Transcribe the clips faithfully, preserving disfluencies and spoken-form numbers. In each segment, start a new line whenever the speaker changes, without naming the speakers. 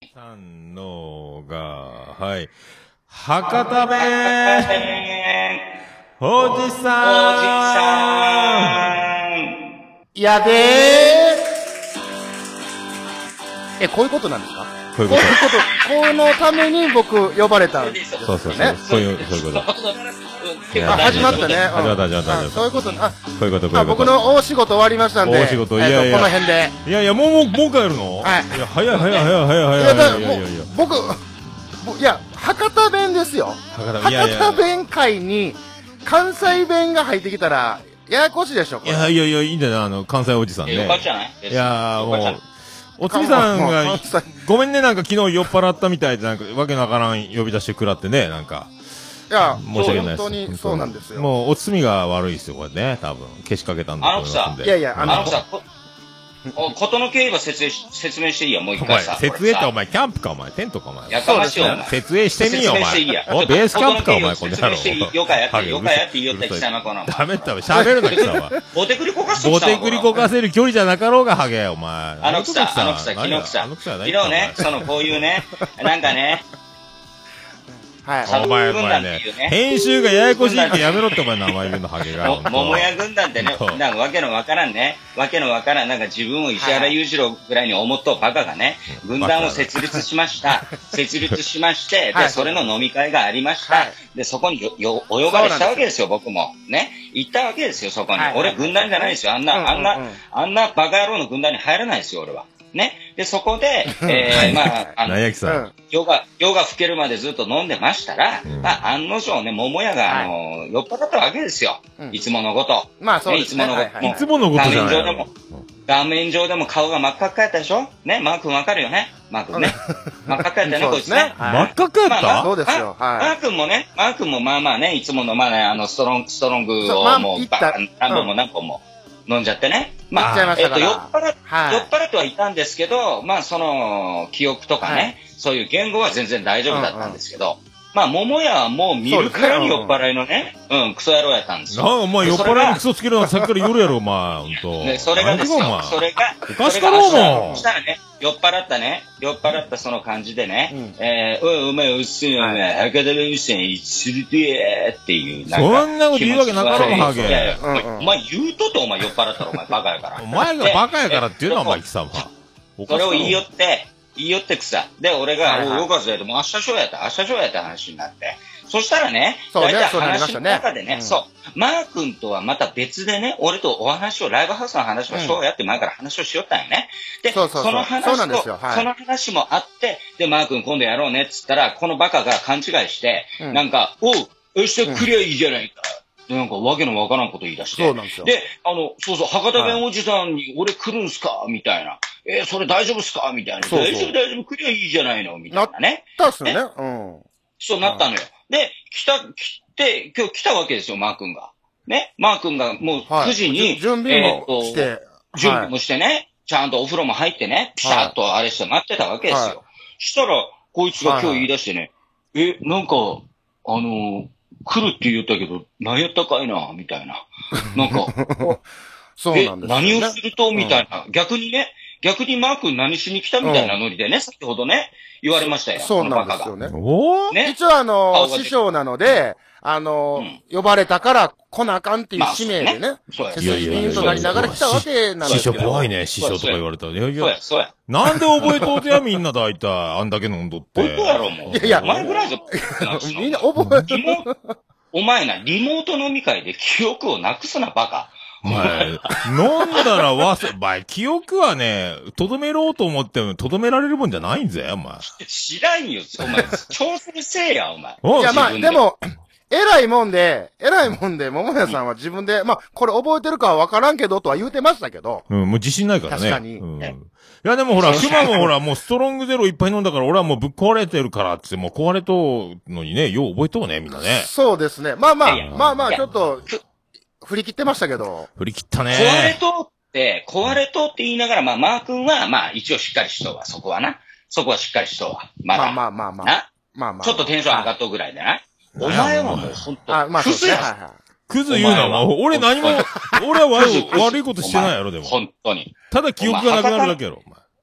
さんのが、はい。博多弁おじさんおじさ
んやでーえ、こういうことなんですか？
こういうこと。
こういうこと、このために僕呼ばれたんですよね。
そうそうそう。そういう、そういうこと。
あ、始まったね。
始まった、始まった。
そういうこと、あ、
こういうこと、こういうこと。
僕の大仕事終わりましたんで。
大仕事、いやいや。
この辺で。
いやいや、もう、もう、もう帰るの？
はい。
いや、早い、早い、早い、早い、早い。いや、だから、もう、
僕、いや、博多弁ですよ。博多弁界に、関西弁が入ってきたら、ややこしいでしょ、これ。
いやいやいや、いいんだよ、あの、関西おじさんね。
よかったじゃない？
いや、もう、おつみさんが、ごめんね、なんか昨日酔っ払ったみたいで、なんか、わけのわからん呼び出してくらってね、なんか。
いや、
申し訳ないです。
本当にそうなんですよ。
もう、おつみが悪いですよ、これね、多分。けしかけたんだと思いますんで。
いやいや、
あのさ、ことの経緯は説明し、説明していいや、もう一回さ。
設営ってお前、キャンプかお前、テントかお前。
やかましいお前。
設営してみよ、お前。お、ベースキャンプかお前、こんなの。
よかやって、よかやって言いよった貴様この。
ダメだ、喋るな、貴様。
ボテクリこかすと
ボテクリこかせる距離じゃなかろうが、ハゲ、お前。
あの草、あの草、昨日草。昨日ね、その、こういうね、なんかね、
はい。
お前、お前ね、編集がややこしいってやめろってお前名前言うの、ハゲが。
桃屋軍団ってね、なんかわけのわからんね、わけのわからん、なんか自分を石原裕次郎ぐらいに思っとうバカがね、軍団を設立しました。設立しまして、で、それの飲み会がありました。で、そこによ、よ、お呼ばれしたわけですよ、僕も。ね。行ったわけですよ、そこに。俺軍団じゃないですよ。あんな、あんな、あんなバカ野郎の軍団に入らないですよ、俺は。ね。で、そこで、えー、まあ、あの、夜が、夜が更けるまでずっと飲んでましたら、まあ、案の定ね、桃屋が、あの、酔っ払ったわけですよ。いつものこと。
まあ、そうですね。
いつものことじゃない。
画面上でも、画面上でも顔が真っ赤っかやったでしょね、マー君わかるよねマー君ね。真っ赤っかやったよね、こいつね。
真っ赤っかやった
そうですよ。
マー君もね、マー君もまあまあね、いつものまあね、あの、ストロング、ストロングをもう、何本も何本も。飲んじゃってね。まあ、えっと、酔っ払って、酔っ払ってはいたんですけど、まあ、その、記憶とかね、そういう言語は全然大丈夫だったんですけど、まあ、桃屋はもう見るからに酔っ払いのね、うん、クソ野郎やったんですよ。
ああ、お前酔っ払いにクソつけるのはさっきから夜やろ、お前、ほんと。
で、それがですよ、それが、
おかしかろうもん。
したらね、酔っ払ったね、酔っ払ったその感じでね、えー、おい、お前、うっすんよ、お前、博多弁線いつるでーっていう、
なんか。そんなこと言うわけなかろう、ハゲ。
お前言うとって、お前酔っ払ったら、お前バカやから。
お前がバカやからって言うの、お前、貴様。
それを言いよって、言いよってくさ。で、俺が、およかったやで、もう明日ショーやった、明日ショーやった話になって。そしたらね、大体話の中でね、そう、マー君とはまた別でね、俺とお話を、ライブハウスの話をしようやって前から話をしよったんよね。で、その話と、その話もあって、で、マー君今度やろうねっつったら、このバカが勘違いして、なんか、おう、明日来りゃいいじゃないか。なんか、わけのわからんこと言い出して。
そうなんですよ。
で、あの、そうそう、博多弁おじさんに俺来るんすかみたいな。えー、それ大丈夫っすかみたいな。大丈夫大丈夫、来りゃいいじゃないのみたいなね。
なったっすよね。うん。
そうなったのよ。で、来た、来て、今日来たわけですよ、マー君が。ね。マー君がもうくじに、
準備もして、
準備もしてね、ちゃんとお風呂も入ってね、ピシャッとあれして待ってたわけですよ。したら、こいつが今日言い出してね、え、なんか、あの、来るって言ったけど、何やったかいな、みたいな。なんか、
そうなんです。
何をすると、みたいな。逆にね、逆にマー君何しに来たみたいなノリでね、先ほどね、言われましたよ。
そうなんですよね。
お
ね。一応あの、師匠なので、あの、呼ばれたから来なあかんっていう使命でね、
いやいやいや、
となりながら来たわけなんです
よ。師匠怖いね、師匠とか言われたら。いやいや、
そうや。
なんで覚えとうてや、みんな大体。あんだけ飲んどって。
覚えやろ、もう。いやいや、お前ぐらいじゃ、
みんな覚える。
お前な、リモート飲み会で記憶をなくすな、バカ。
お前、飲んだら忘れ、お前、記憶はね、とどめろうと思っても、とどめられるもんじゃないんぜ、お前。
知らんよ、お前。調整せえや、お前。
いや、まあ、でも、えらいもんで、えらいもんで、桃屋さんは自分で、まあ、これ覚えてるかはわからんけど、とは言うてましたけど。
うん、もう自信ないからね。
確かに。うん、
いや、でもほら、熊もほら、もうストロングゼロいっぱい飲んだから、俺はもうぶっ壊れてるからって、もう壊れとうのにね、よう覚えとうね、みんなね。
そうですね。まあまあ、まあまあ、ちょっと、振り切ってましたけど。
振り切ったね。
壊れとうって、壊れとうって言いながら、まあ、マー君は、まあ、一応しっかりしとうわ、そこはな。そこはしっかりしとうわ。まだ。
まあまあまあまあ。
な。
まあまあ。
ちょっとテンション上がっとうぐらいでな。お前はもうほんと。
あ、まあ、
クズ
や。
クズ言うな、俺何も、俺は悪い、悪いことしてないやろ、でも。
本当に。
ただ記憶がなくなるだけやろ、お前。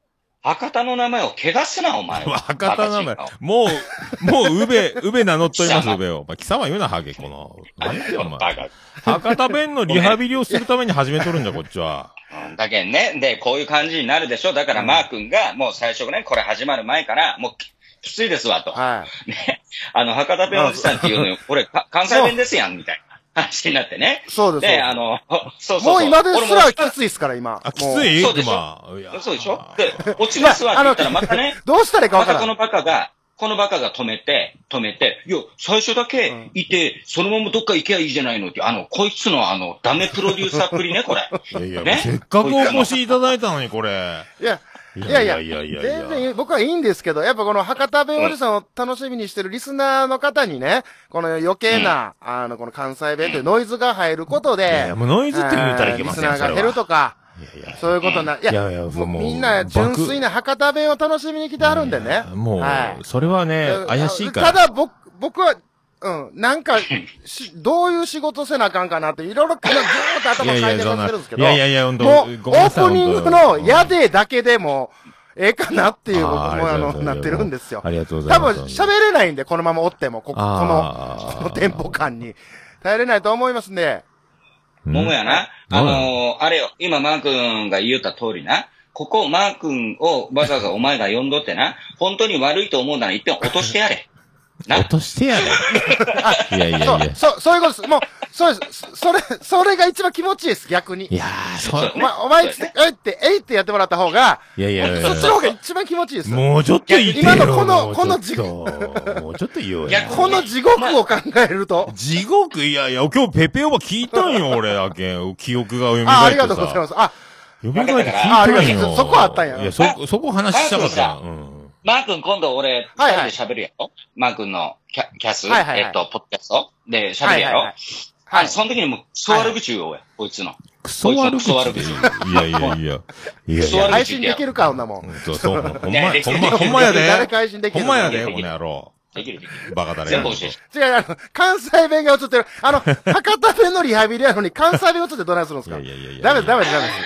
博多の名前を汚すな、お前は。
博多の名前。もう、もう、うべ、うべ名乗っとります、うべを。まあ、貴様言うな、ハゲ、この。何言ってんの、お前。博多弁のリハビリをするために始めとるんじゃ、こっちは。
うん、だけどね、で、こういう感じになるでしょ。だから、マー君が、もう最初ね、これ始まる前から、もうき、きついですわ、と。
はい。
ね。あの、博多弁おじさんっていうのよ、これ、関西弁ですやん、みたいな話になってね。
そうです。
で、あの、そうそうそう。
もう今ですらきついですから、今。
あ、きつい
そうでしょ。そうでしょ。で、落ちますわって言ったらまたね。
どうしたらいいかわからない。
またこのバカが、このバカが止めて、止めて、いや、最初だけいて、うん、そのままどっか行けばいいじゃないのって、あの、こいつのあの、ダメプロデューサーっぷりね、これ。
いやいや、ね、せっかくお越しいただいたのに、これ。
いや、いやいや、いやいや全然僕はいいんですけど、やっぱこの博多弁おじさんを楽しみにしてるリスナーの方にね、この余計な、うん、あの、この関西弁というノイズが入ることで、い
やいやもうノイズって言ったらいけませんよ、
リスナーが減るとか、
いやいや
そういうことな、いや、いやいやもうみんな純粋な博多弁を楽しみに来てあるんでね。
もう、はい、それはね、怪しいから。
ただ僕、僕は、うん。なんか、し、どういう仕事せなあかんかなって、いろいろ、ずーっと頭回転させてるんですけど。
いやいやいや、ほんと。
もう、オープニングのやでだけでも、ええかなっていう、僕もあの、なってるんですよ。
ありがとうございます。
多分、喋れないんで、このままおっても、こ、この、このテンポ感に。耐えれないと思いますね。
ももやな。あのー、あれよ、今マー君が言った通りな。ここ、マー君をわざわざお前が呼んどってな。本当に悪いと思うなら一遍落としてやれ。
落としてやれ。いやいやいや。
そう、そう、そういうことです。もう、そうです。それ、それが一番気持ちいいです、逆に。
いやー、そう。
お前、お前って、えって、えいってやってもらった方が、
いやいやいや。
そっちの方が一番気持ちいいです。
もうちょっと言ってよ。
今のこの、この地獄。
もうちょっと言おうよ。
この地獄を考えると。
地獄いやいや、今日ペペオバ聞いたんよ、俺だけ。記憶が蘇ってさ。
あ、ありがとうございます。あ、
蘇って聞いたんよ。
そこあったんや。
いや、そ、そこ話したかった。うん。
マー君今度俺、二人で喋るやろ、マー君のキャキャス、はいはいはい、えっと、ポッドキャストで喋るやろ、はいはいはい、はい。その時にもう、クソ悪口言おうや、こいつの。
クソ悪口。クソ悪口。いやいやいや。いやいや。
配信できるか、女もん。
そうそう。ほんま、ほんま、ほんまやで。
誰配信できる
ほんまやで、この野郎。
できるできる。
バカだね。
全部教え
て。違う、あの、関西弁が映ってる。あの、博多弁のリハビリやのに関西弁映ってどないするんですか？いやいやいや。ダメダメダメです。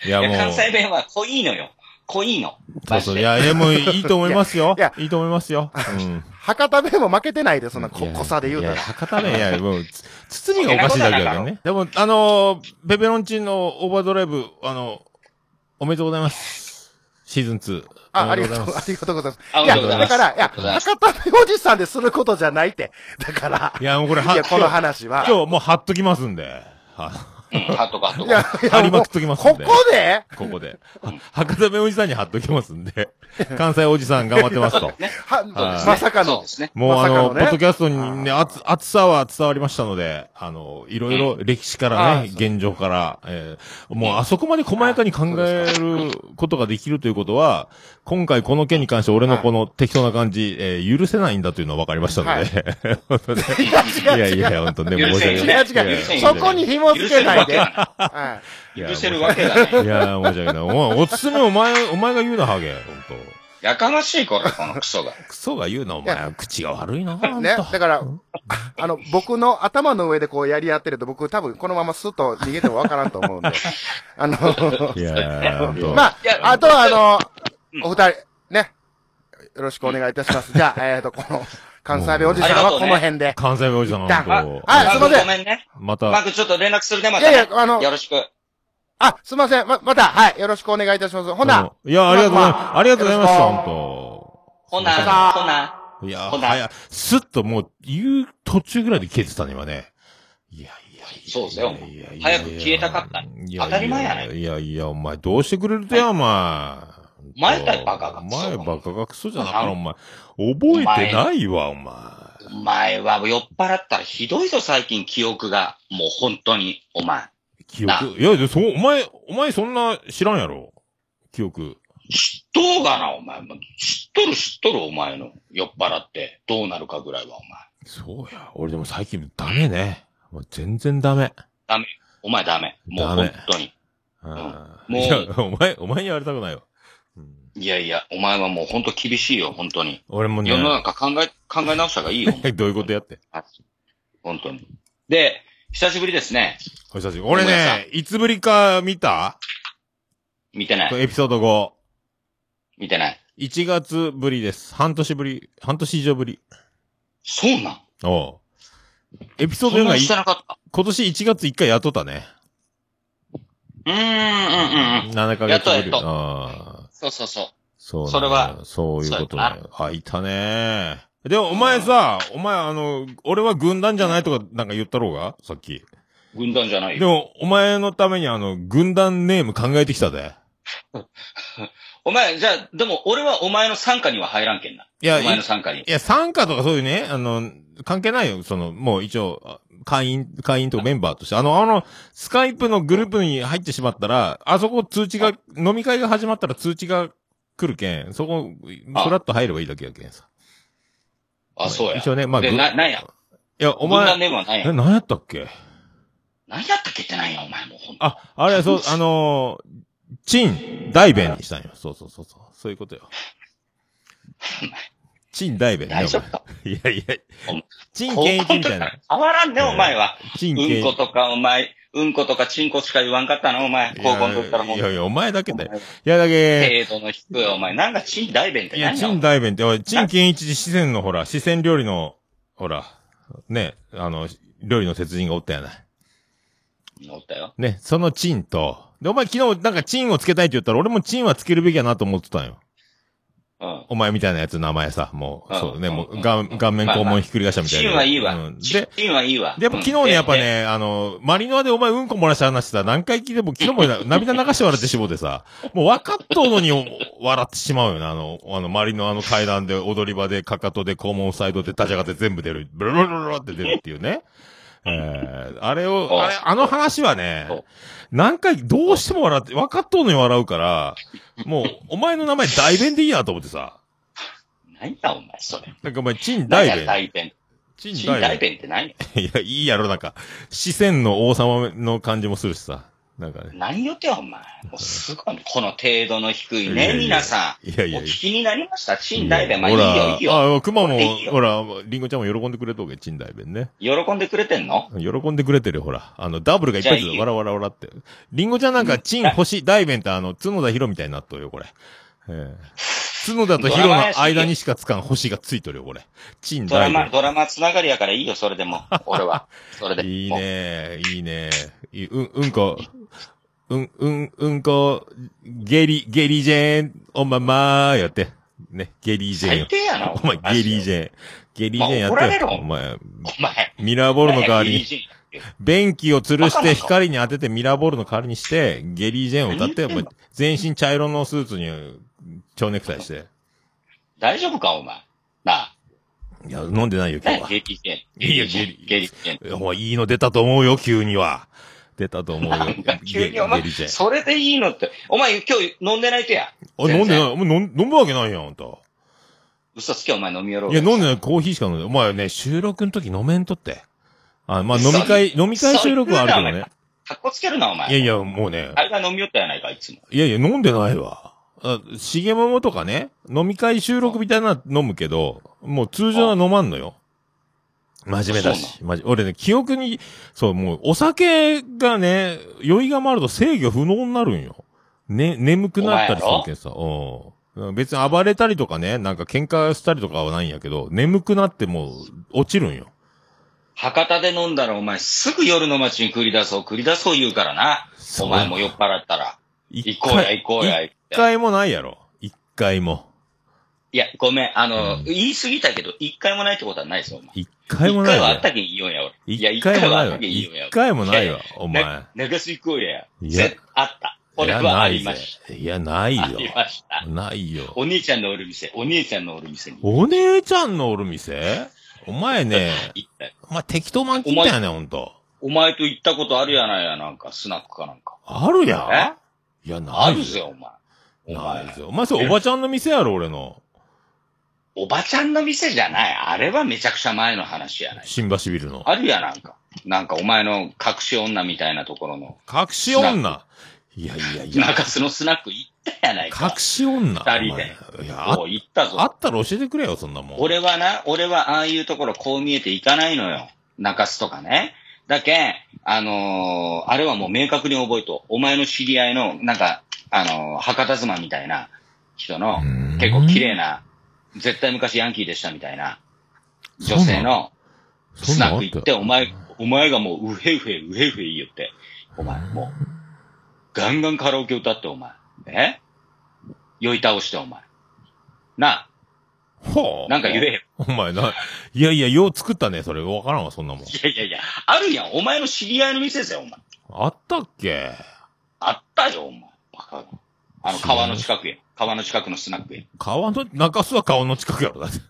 いや、もう。関西弁は濃いのよ。濃いの。
そうそう。いや、いや、もういいと思いますよ。いや、いいと思いますよ。うん。
博多弁も負けてないで、そんな濃さで言うたら。
博多弁、いや、もう、包みがおかしいだけだけどね。でも、あの、ペペロンチンのオーバードライブ、あの、おめでとうございます。シーズンツー。
あ、ありがとう、ありがとうございます。いや、だから、いや、博多弁おじさんですることじゃないって。だから。
いや、もうこれ、いや、
この話は。
今日もう貼っときますんで。は
うん、貼っとか、貼っとか。
いや、
貼りまくっときますん
で。ここで
ここで。博多弁おじさんに貼っときますんで。関西おじさん頑張ってますと。
は、まさかの。
もうあの、ポッドキャストにね、熱、熱さは伝わりましたので、あの、いろいろ歴史からね、現状から、えー、もうあそこまで細やかに考えることができるということは、今回この件に関して俺のこの適当な感じ、えー、許せないんだというのは分かりましたので。いやいや、本当ね、申し訳ない。
違う違う。そこに紐付けないで。
許せるわけがない。
いや、申し訳ない。お前、おつすめお前、お前が言うな、ハゲ。本当。
やかましい、これ、このクソが。
クソが言うな、お前。口が悪いな。
ね。だから、あの、僕の頭の上でこうやり合ってると、僕多分このままスッと逃げてもわからんと思うんで。あの、
いや
まあ、あとはあの、お二人、ね。よろしくお願いいたします。じゃあ、えっと、この、関西弁おじさんはこの辺で。
関西弁おじさんは
はい、すいません。
ごめんね。
また。
マークちょっと連絡するね、また。いやいや、あの、よろしく。
あ、すいません。ま、また、はい。よろしくお願いいたします。ほな。
いや、ありがとうございます。ありがとうございました、ほんと。
ほな、ほな。
いや、はや、すっともう、言う途中ぐらいで消えてたね、今ね。いやいや。
そうですよ。早く消えたかった。当たり前やね。
いやいや、お前どうしてくれるとや、お前。
お前かいバカが。
お前バカがクソじゃなかった、お前。覚えてないわ、お前。
お前は酔っ払ったらひどいぞ、最近記憶が。もう本当に、お前。
記憶いや、で、そう、お前、お前そんな知らんやろ記憶。
知っとうがな、お前。知っとる知っとる、お前の。酔っ払って。どうなるかぐらいは、お前。
そうや。俺でも最近ダメね。もう全然ダメ。
ダメ。お前ダメ。もう本当に。
うん、もう。いや、お前、お前に言われたくないわ。
いやいや、お前はもう本当厳しいよ、本当に。
俺もね。
世の中考え、考え直した方がいいよ。
どういうことやって。
本当に。で、久しぶりですね。
お久しぶり。俺ね、いつぶりか見た
見てない。
エピソードご。
見てない。
いちがつぶりです。半年ぶり。半年以上ぶり。
そうなん
おう。エピソードよんがい
してなかった。
今年いちがついっかいやっとったね。
うーん、うん、うん。
ななかげつぶり。
やっとやっと。
ああ。
そうそうそう。
そう。
それは。
そういうことね。あ、いたね。でも、お前さ、お前あの、俺は軍団じゃないとかなんか言ったろうがさっき。
軍団じゃないよ。
でも、お前のためにあの、軍団ネーム考えてきたぜ。
お前、じゃあ、でも俺はお前の参加には入らんけんな。いや、お前の参加に。
いや、参加とかそういうね、あの、関係ないよ。その、もう一応、会員、会員とかメンバーとして。あの、あの、スカイプのグループに入ってしまったら、あそこ通知が、飲み会が始まったら通知が来るけん、そこ、フラッと入ればいいだけやけんさ。
あ、そうや。
一応ね、まあ、
で、な、なんや。
いや、お前、
軍団ネームは何や。
え、何やったっけ
何やったっけってなんや、お前もうほんと。
あ、あれ、そう、あのー、チン、大弁にしたんよ。そうそうそうそう。そういうことよ。チン大弁ね。
大丈夫か
いやいや、チンケンイチみたいな。
変わらんね、お前は。
チンケンイチ。
うんことか、お前、うんことかチンコしか言わんかったな、お前。高校の時からもう。
いやいや、お前だけだよ。いやだけ。
程度の低い、お前。なんかチン大弁って何や。
いや、チン大弁って、おい、チンケンイチで四川のほら、四川料理の、ほら、ね、あの、料理の鉄人がおったやない。
おったよ。
ね、そのチンと、で、お前昨日なんかチンをつけたいって言ったら、俺もチンはつけるべきやなと思ってたんよ。うん。お前みたいなやつ名前さ、もう、うん、そうね、うん、もう、顔、顔面肛門ひっくり返したみたいな。
チンはいいわ。
うん。
で、チンはいいわ。
で、やっぱ昨日ね、やっぱね、あの、マリノアでお前うんこ漏らした話さ、何回聞いても昨日も涙流して笑ってしもうてさ、もう分かっとうのに笑ってしまうよね、あの、あの、マリノアの階段で踊り場でかかとで肛門サイドで立ち上がって全部出る、ブルルルルって出るっていうね。えー、あれを、あれ、あの話はね、何回、どうしても笑って、分かっとうのに笑うから、もう、お前の名前大弁でいいやと思ってさ。
何や、お前、それ。
なんかお前、チン大弁。
大弁。チン大弁って何？
いや、いいやろ、なんか、四川の王様の感じもするしさ。なんかね。
何言ってよ、お前。もうすごい、この程度の低いね、皆さん。いやいや。お聞きになりましたチン大弁。まあいいよ、いいよ。
あ、熊も、ほら、リンゴちゃんも喜んでくれとけ、チン大弁ね。
喜んでくれてんの？
喜んでくれてるよ、ほら。あの、ダブルがいっぱいつわらわらわらって。リンゴちゃんなんか、チン、星、大弁ってあの、角田博みたいになっとるよ、これ。えー、角田とヒロの間にしかつかん星がついとるよ、これ。チン
ドラマ、ドラマつながりやからいいよ、それでも。俺は。それで。
いいね、いいね。うん、うんこ、うん、うん、うんこ、ゲリ、ゲリジェーン、おままーやって。ね、ゲリジェーン。
最低やな、
お前、ゲリジェーン。ゲリジェーンやって。
怒られろ。
お前、
お前。
ミラーボールの代わりに。便器を吊るして光に当ててミラーボールの代わりにして、ゲリージェーンを歌って、全身茶色のスーツに蝶ネクタイして。
大丈夫か、お前。なあ。
いや、飲んでないよ、今日は。
ゲリージェーン。
いや、ゲリ、
ゲリージェーン。
お前、いいの出たと思うよ、急には。出たと思うよ。
急にお前、それでいいのって。お前、今日飲んでないとや。
あ、飲んでない。お前飲むわけないやん、あんた。
嘘つけ、お前飲みよろう。
いや、飲んでない。コーヒーしか飲んでない。お前ね、収録の時飲めんとって。あ、まあ、飲み会、飲み会収録はあるけどね。
かっこつけるな、お前。
いやいや、もうね。
あれが飲みよったやないか、いつも。
いやいや、飲んでないわ。あ、しげももとかね、飲み会収録みたいなの飲むけど、もう通常は飲まんのよ。真面目だし。まじ、俺ね、記憶に、そう、もう、お酒がね、酔いが回ると制御不能になるんよ。ね、眠くなったりするけんさ。うん。別に暴れたりとかね、なんか喧嘩したりとかはないんやけど、眠くなってもう、落ちるんよ。
博多で飲んだらお前すぐ夜の街に繰り出そう、繰り出そう言うからな。お前も酔っ払ったら。行こうや、行こうや。
一回もないやろ。一回も。
いや、ごめん。あの、うん、言い過ぎたけど、一回もないってことはないですよ、お前。
一回もない。
一回はあったけん言おうや、俺。
いや、一回はあったけん言おうや。一回もないわ、お前。
流し行こうや。いや、あった。俺はありました。
いや、ないよ。あ
りました。
ないよ。
お姉ちゃんのおる店、お姉ちゃんのおる店に。
お姉ちゃんのおる店お前ね、お前適当マンキーだよね、ほんと。
お前と行ったことあるやないや、なんか、スナックかなんか。
あるやん。いや、ない。
あるぜ、お前。
お前。ないぜ。お前それおばちゃんの店やろ、俺の。
おばちゃんの店じゃない。あれはめちゃくちゃ前の話やない。
新橋ビルの。
あるや、なんか。なんか、お前の隠し女みたいなところの。
隠し女いやいやいや。
なんかそのスナック行ったやないか。
隠し女
二人で。
いや、
そう、行ったぞ。
あったら教えてくれよ、そんなもん。
俺はな、俺はああいうところこう見えて行かないのよ。中洲とかね。だけ、あのー、あれはもう明確に覚えと。お前の知り合いの、なんか、あのー、博多妻みたいな人の、結構綺麗な、絶対昔ヤンキーでしたみたいな、女性の、スナック行って、お前、お前がもう、うへうへ、うへうへ言って、お前、もう、ガンガンカラオケ歌って、お前、え酔い倒して、お前。なあ。
ほう。
なんか言えよ。
お前な、いやいや、よう作ったね、それ。わからんわ、そんなもん。い
やいやいや、あるやん。お前の知り合いの店ですよ、お前。
あったっけ？
あったよ、お前。バカが。あの、川の近くや。川の近くのスナックや。
川の、中洲は川の近くやろ、だって。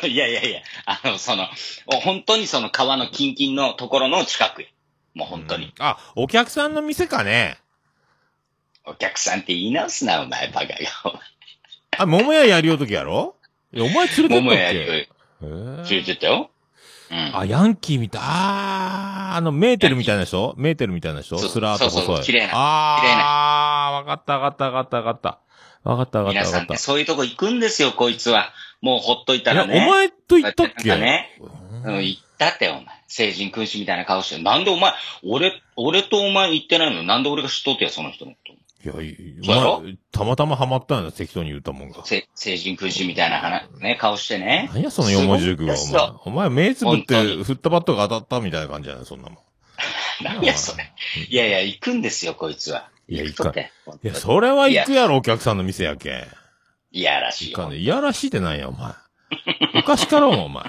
いやいやいや、あの、その、本当にその川のキンキンのところの近くや。もう本当に。うん、
あ、お客さんの店かね。
お客さんって言い直すな、お前、バカが。
あ、桃屋やりようときやろ？いや、お前連れてったっけ？
桃屋やりよう。連れてったよ。うん。
あ、ヤンキーみたい。あー、あの、メーテルみたいな人？メーテルみたいな人？スラーっと細い。
そうそう、綺麗な。
あー、
綺麗な。
あー、わかったわかったわかったわかった。わかったわかったわかった。
皆さんってそういうとこ行くんですよ、こいつは。もうほっといたらね。
お前と言ったっけ？
ね。うん、言ったって、お前。成人君子みたいな顔して。なんでお前、俺、俺とお前言ってないのになんで俺が知っとってや、その人のこと。
いや、いい、お前、たまたまハマったんだ、適当に言ったもんが。
せ、成人君子みたいな話、ね、顔してね。
何や、その四文字熟語、お前。お前、目つぶって、振ったバットが当たったみたいな感じじゃない、そんなもん。
何や、それ。いやいや、行くんですよ、こいつは。
いや、行くか。いや、それは行くやろ、お客さんの店やけん。
いやらしい。
いかね。いやらしいってなんや、お前。おかしかろうも、お前。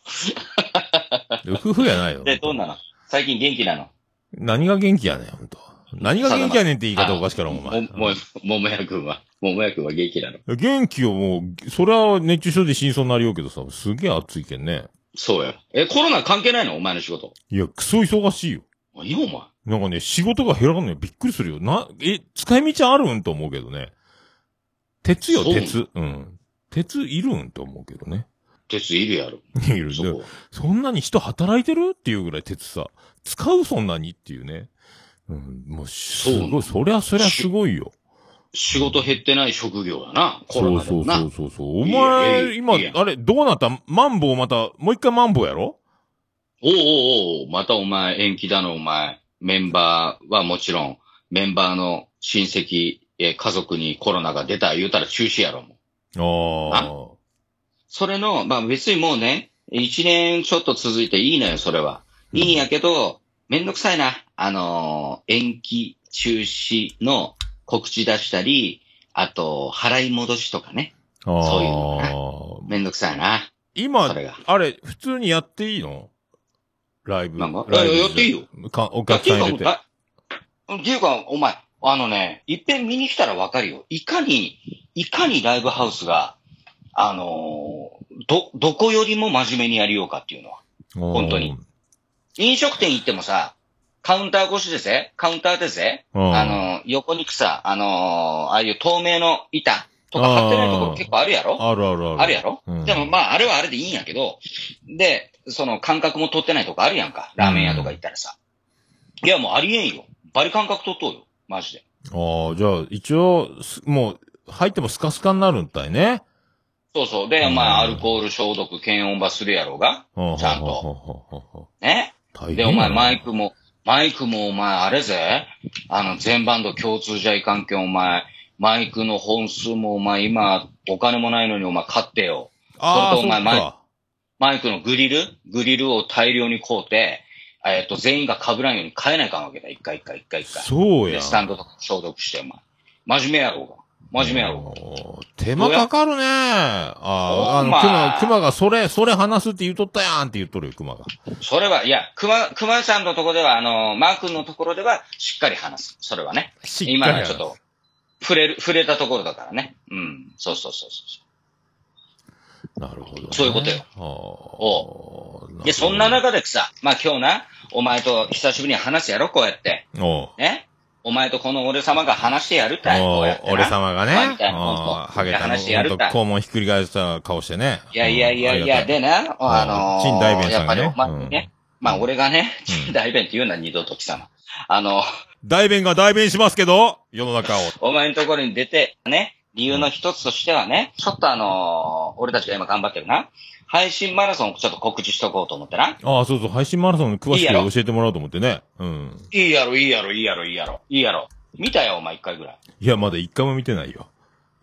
夫婦やないよ。
で、どうなの？最近元気なの？
何が元気やねん、ほんと。何が元気やねんって言い方おかしかろう、お前。
も、も、ももやくんは、ももやくんは元気なの？
元気よ、もう、それは熱中症で死にそうになりようけどさ、すげえ暑いけんね。
そうや。え、コロナ関係ないの？お前の仕事。
いや、クソ忙しいよ。
いいよ、お前。
なんかね、仕事が減らんのよ。びっくりするよ。な、え、使い道あるんと思うけどね。鉄よ、鉄。うん。鉄いるんと思うけどね。
鉄いるやろ。
いる。そ, そんなに人働いてるっていうぐらい鉄さ。使うそんなにっていうね。うん、もう、すごい、そりゃそりゃすごいよ。
仕事減ってない職業だな、コロナでもな。
そうそうそうそう。お前、今、あれ、どうなった？マンボウまた、もう一回マンボウやろ？
おうおうおう、またお前延期だの、お前。メンバーはもちろん、メンバーの親戚、え、家族にコロナが出た言うたら中止やろ、もう。ああ。それの、まあ別にもうね、一年ちょっと続いていいのよ、それは。いいんやけど、めんどくさいな。あのー、延期、中止の告知出したり、あと、払い戻しとかね。
あ
そういうのな。めんどくさいな。
今、あれ、普通にやっていいの？ライブ。
なんか
ライブ
やっていいよ。
かお客さん入れて。
っていうか、お前、あのね、いっぺん見に来たらわかるよ。いかに、いかにライブハウスが、あのー、ど、どこよりも真面目にやりようかっていうのは。本当に。飲食店行ってもさ、カウンター越しでぜ、カウンターでぜ、あのー、横にさ、あのー、ああいう透明の板とか貼ってないところ結構あるやろ？
あるあるある。
あるやろ？うん、でもまあ、あれはあれでいいんやけど、で、その感覚も取ってないとこあるやんか。ラーメン屋とか行ったらさ。うん、いや、もうありえんよ。バリ感覚取っとうよ。マジで。
ああ、じゃあ、一応、もう、入ってもスカスカになるんだいね。
そうそう。で、まあ、アルコール消毒、検温ばするやろうが。ちゃんと。ね。で、お前、マイクも、マイクもお前、あれぜ。あの、全バンド共通じゃいかんけん、お前、マイクの本数もお前、今、お金もないのにお前、買ってよ。
ああ、
それとお前、
マイク。
マイクのグリルグリルを大量に買うて、えっと、全員が被らんように変えないかんわけだ。一回一回一回一回。
そうや。
で、スタンドとか消毒して、お前。真面目やろうが。真面目やろうが。
手間かかるね。ああ、あの、熊、熊がそれ、それ話すって言うとったやんって言っとるよ、熊が。
それは、いや、熊、熊さんのところでは、あの、マー君のところでは、しっかり話す。それはね。
しっかり話す。
今のちょっと、触れる、触れたところだからね。うん。そうそうそうそう。
なるほど、ね。
そういうことよ。おう。で、そんな中でさ、まあ今日な、お前と久しぶりに話すやろ、こうやって。
おう。
ね。お前とこの俺様が話してやるたい。
おう、俺様がね。
お前みたいな、ほんと。
ハゲた
話してやるたい。
肛門ひっくり返した顔してね。
いやいやいやいや、でな、あのー、
陳大弁さんがね。
やっぱりお前ね。うん、まあ俺がね、陳大弁って言うな、二度と貴様。あの、
大弁が大弁しますけど、世の中を。
お前のところに出て、ね、理由の一つとしてはね、ちょっとあのー、俺たちが今頑張ってるな。配信マラソンちょっと告知しとこうと思ってな。
ああ、そうそう、配信マラソン詳しく教えてもらおうと思ってね。うん。
いいやろ、いいやろ、いいやろ、いいやろ。いいやろ。見たよ、お前一回ぐらい。
いや、まだ一回も見てないよ。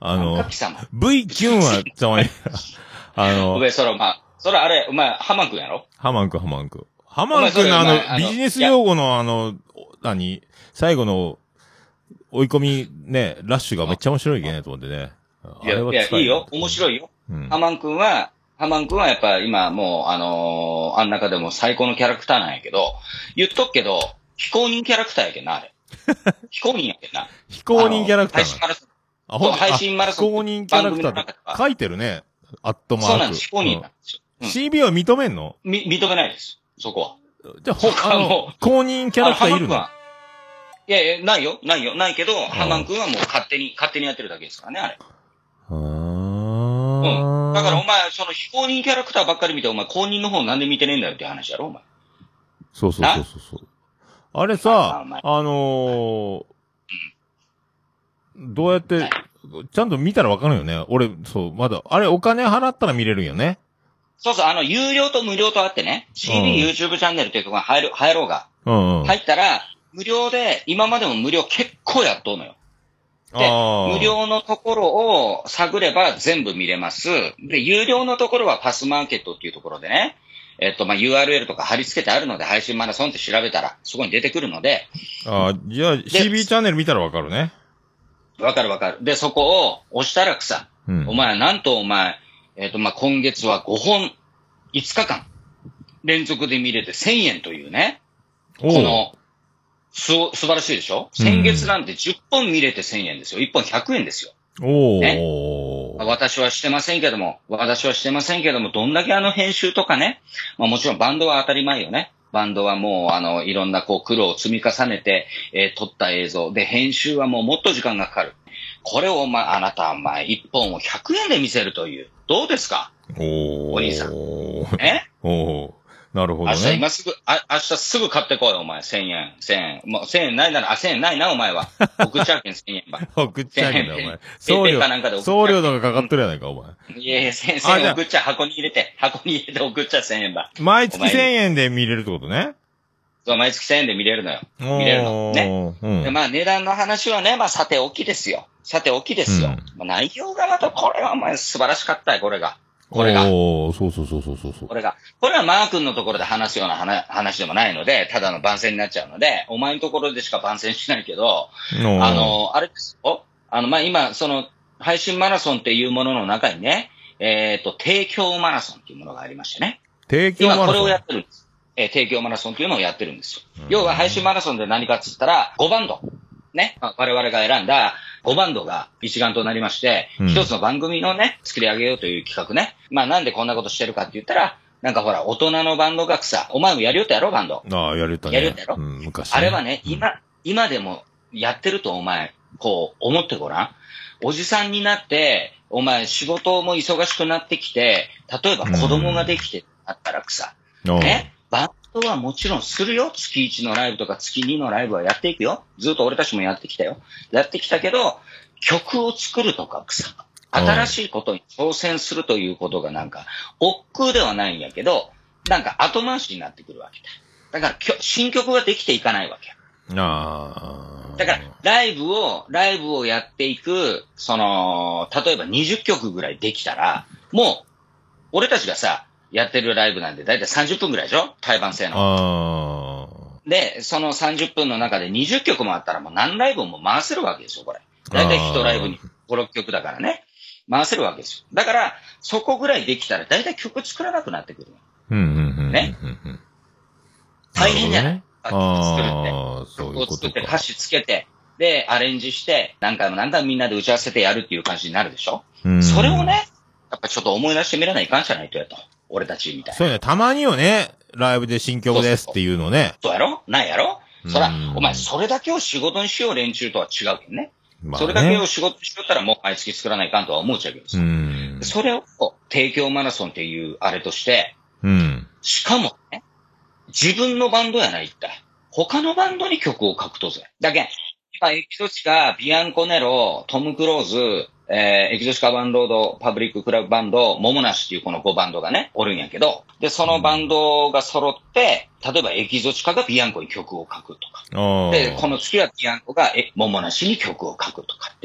あの、
神様。
V キュンは、ちゃまに、あの、
上、それ、まあ、それあれ、お前、ハマン君やろ
ハマン君、ハマン君。ハマン君のあの、ビジネス用語のあの、何最後の、追い込み、ね、ラッシュがめっちゃ面白いけねと思ってね。
いや、いや、いいよ。面白いよ。うん、ハマン君は、ハマン君はやっぱ今もう、あのー、あん中でも最高のキャラクターなんやけど、言っとくけど、非公認キャラクターやけんな、あれ。非公認やけんな。
非公認キャラクター。配信マラソン。
あ、ほん配信マラソン。
非公認キャラクターって書いてるね。アットマーク。
そうなんです。非公認なんですよ。
うん、シービー は認めんの
み、認めないです。そこは。
じゃあ、ほ、あの、公認キャラクターいるの
いやいや、ないよ。ないよ。ないけど、ハマン君はもう勝手に、勝手にやってるだけですからね、あれ。
うん。
だからお前、その非公認キャラクターばっかり見て、お前公認の方なんで見てねえんだよって話やろ、お前。
そうそうそうそう。あれさ、あのー、どうやって、ちゃんと見たらわかるよね。俺、そう、まだ、あれお金払ったら見れるんよね。
そうそう、あの、有料と無料とあってね、シービー YouTube チャンネルっていうところに入る、入ろうが。うんうん。入ったら、無料で、今までも無料結構やっとうのよ。で、無料のところを探れば全部見れます。で、有料のところはパスマーケットっていうところでね、えっと、まあ、ユーアールエル とか貼り付けてあるので、配信マラソンって調べたら、そこに出てくるので。
ああ、じゃあ シービー チャンネル見たらわかるね。
わかるわかる。で、そこを押したらくさ、うん、お前、なんとお前、えっと、まあ、今月はごほん、いつかかん、連続で見れてせんえんというね、この、す、素晴らしいでしょ、うん、先月なんてじゅっぽん見れてせんえんですよ。いっぽんひゃくえんですよ。
おー。
ね、私はしてませんけども、私はしてませんけども、どんだけあの編集とかね、まあもちろんバンドは当たり前よね。バンドはもうあの、いろんなこう苦労を積み重ねて、えー、撮った映像で、編集はもうもっと時間がかかる。これをお前、あなたは前、いっぽんをひゃくえんで見せるという。どうですか？
おー。
お兄さん。え？
おー。なるほどね。
明日今すぐ、あ、明日すぐ買ってこいよ、お前。せんえん。せんえん。もうせんえんないなら、あ、せんえんないな、お前は。送っちゃうけん、せんえんば。
送っちゃうけんだ、お前。送料、送料とかかかっとるやないか、お前。
いやいや、せんえん送っちゃう。箱に入れて、箱に入れて送っちゃう、せんえんば。
毎月せんえんで見れるってことね。
そう、毎月せんえんで見れるのよ。見れるの。ね。うん、で、まあ、値段の話はね、まあ、さておきですよ。さておきですよ。うん、まあ、内容がまた、これはお前素晴らしかったよ、これが。これが。
おー、そうそうそうそうそう。
これが。これはマー君のところで話すような話でもないので、ただの番宣になっちゃうので、お前のところでしか番宣しないけど、あの、あれですよ。あの、まあ、今、その、配信マラソンっていうものの中にね、えっと、提供マラソンっていうものがありましてね。
提供マラソン。
今これをやってるんです。えー、提供マラソンっていうのをやってるんですよ。要は配信マラソンで何かっつったら、ごバンド。ね。我々が選んだごバンドが一丸となりまして、うん、一つの番組のね、作り上げようという企画ね。まあなんでこんなことしてるかって言ったら、なんかほら、大人のバンドがさ、お前もやるよってやろバンド。
ああ、やるよってね。
やるよってやろ、
うん、昔、
ね。あれはね、今、うん、今でもやってるとお前、こう、思ってごらん。おじさんになって、お前仕事も忙しくなってきて、例えば子供ができてあったらくさ、うん、ね。バンドはもちろんするよ。月いちのライブとか月にのライブはやっていくよ。ずっと俺たちもやってきたよ。やってきたけど、曲を作るとかさ、新しいことに挑戦するということがなんか、億劫ではないんやけど、なんか後回しになってくるわけだ。だから新曲ができていかないわけ。
ああ。
だから、ライブを、ライブをやっていく、その、例えばにじゅっきょくぐらいできたら、もう、俺たちがさ、やってるライブなんでだいたいさんじゅっぷんぐらいでしょ対バン制の。で、そのさんじゅっぷんの中でにじゅっきょくもあったらもう何ライブも回せるわけですよ、これ。だいたいいちライブにご、ろっきょくだからね。回せるわけですよ。だから、そこぐらいできたらだいたい曲作らなくなってくる。
うんうんうん。
ね。大変じゃない、
楽曲作るって。
曲を作って歌詞つけて、で、アレンジして、何回も何回もみんなで打ち合わせてやるっていう感じになるでしょ。それをね、やっぱちょっと思い出してみらないかんじゃないとやと。俺たちみたいな。
そうね、たまによね、ライブで新曲ですっていうのね。
そうやろないやろそら、お前それだけを仕事にしよう連中とは違うけどね。まあね、それだけを仕事にしよったらもう毎月作らないかんとは思っちゃうけどさ。それを提供マラソンっていうあれとして、
うん、
しかもね、自分のバンドやないって他のバンドに曲を書くとぜ。だけん、今エキゾチカ、ビアンコネロ、トム・クローズ、えー、エキゾチカバンロード、パブリッククラブバンド、モモナシっていうこのごバンドがね、おるんやけど、で、そのバンドが揃って、例えばエキゾチカがビアンコに曲を書くとか。で、この次はビアンコが、え、モモナシに曲を書くとかっていう。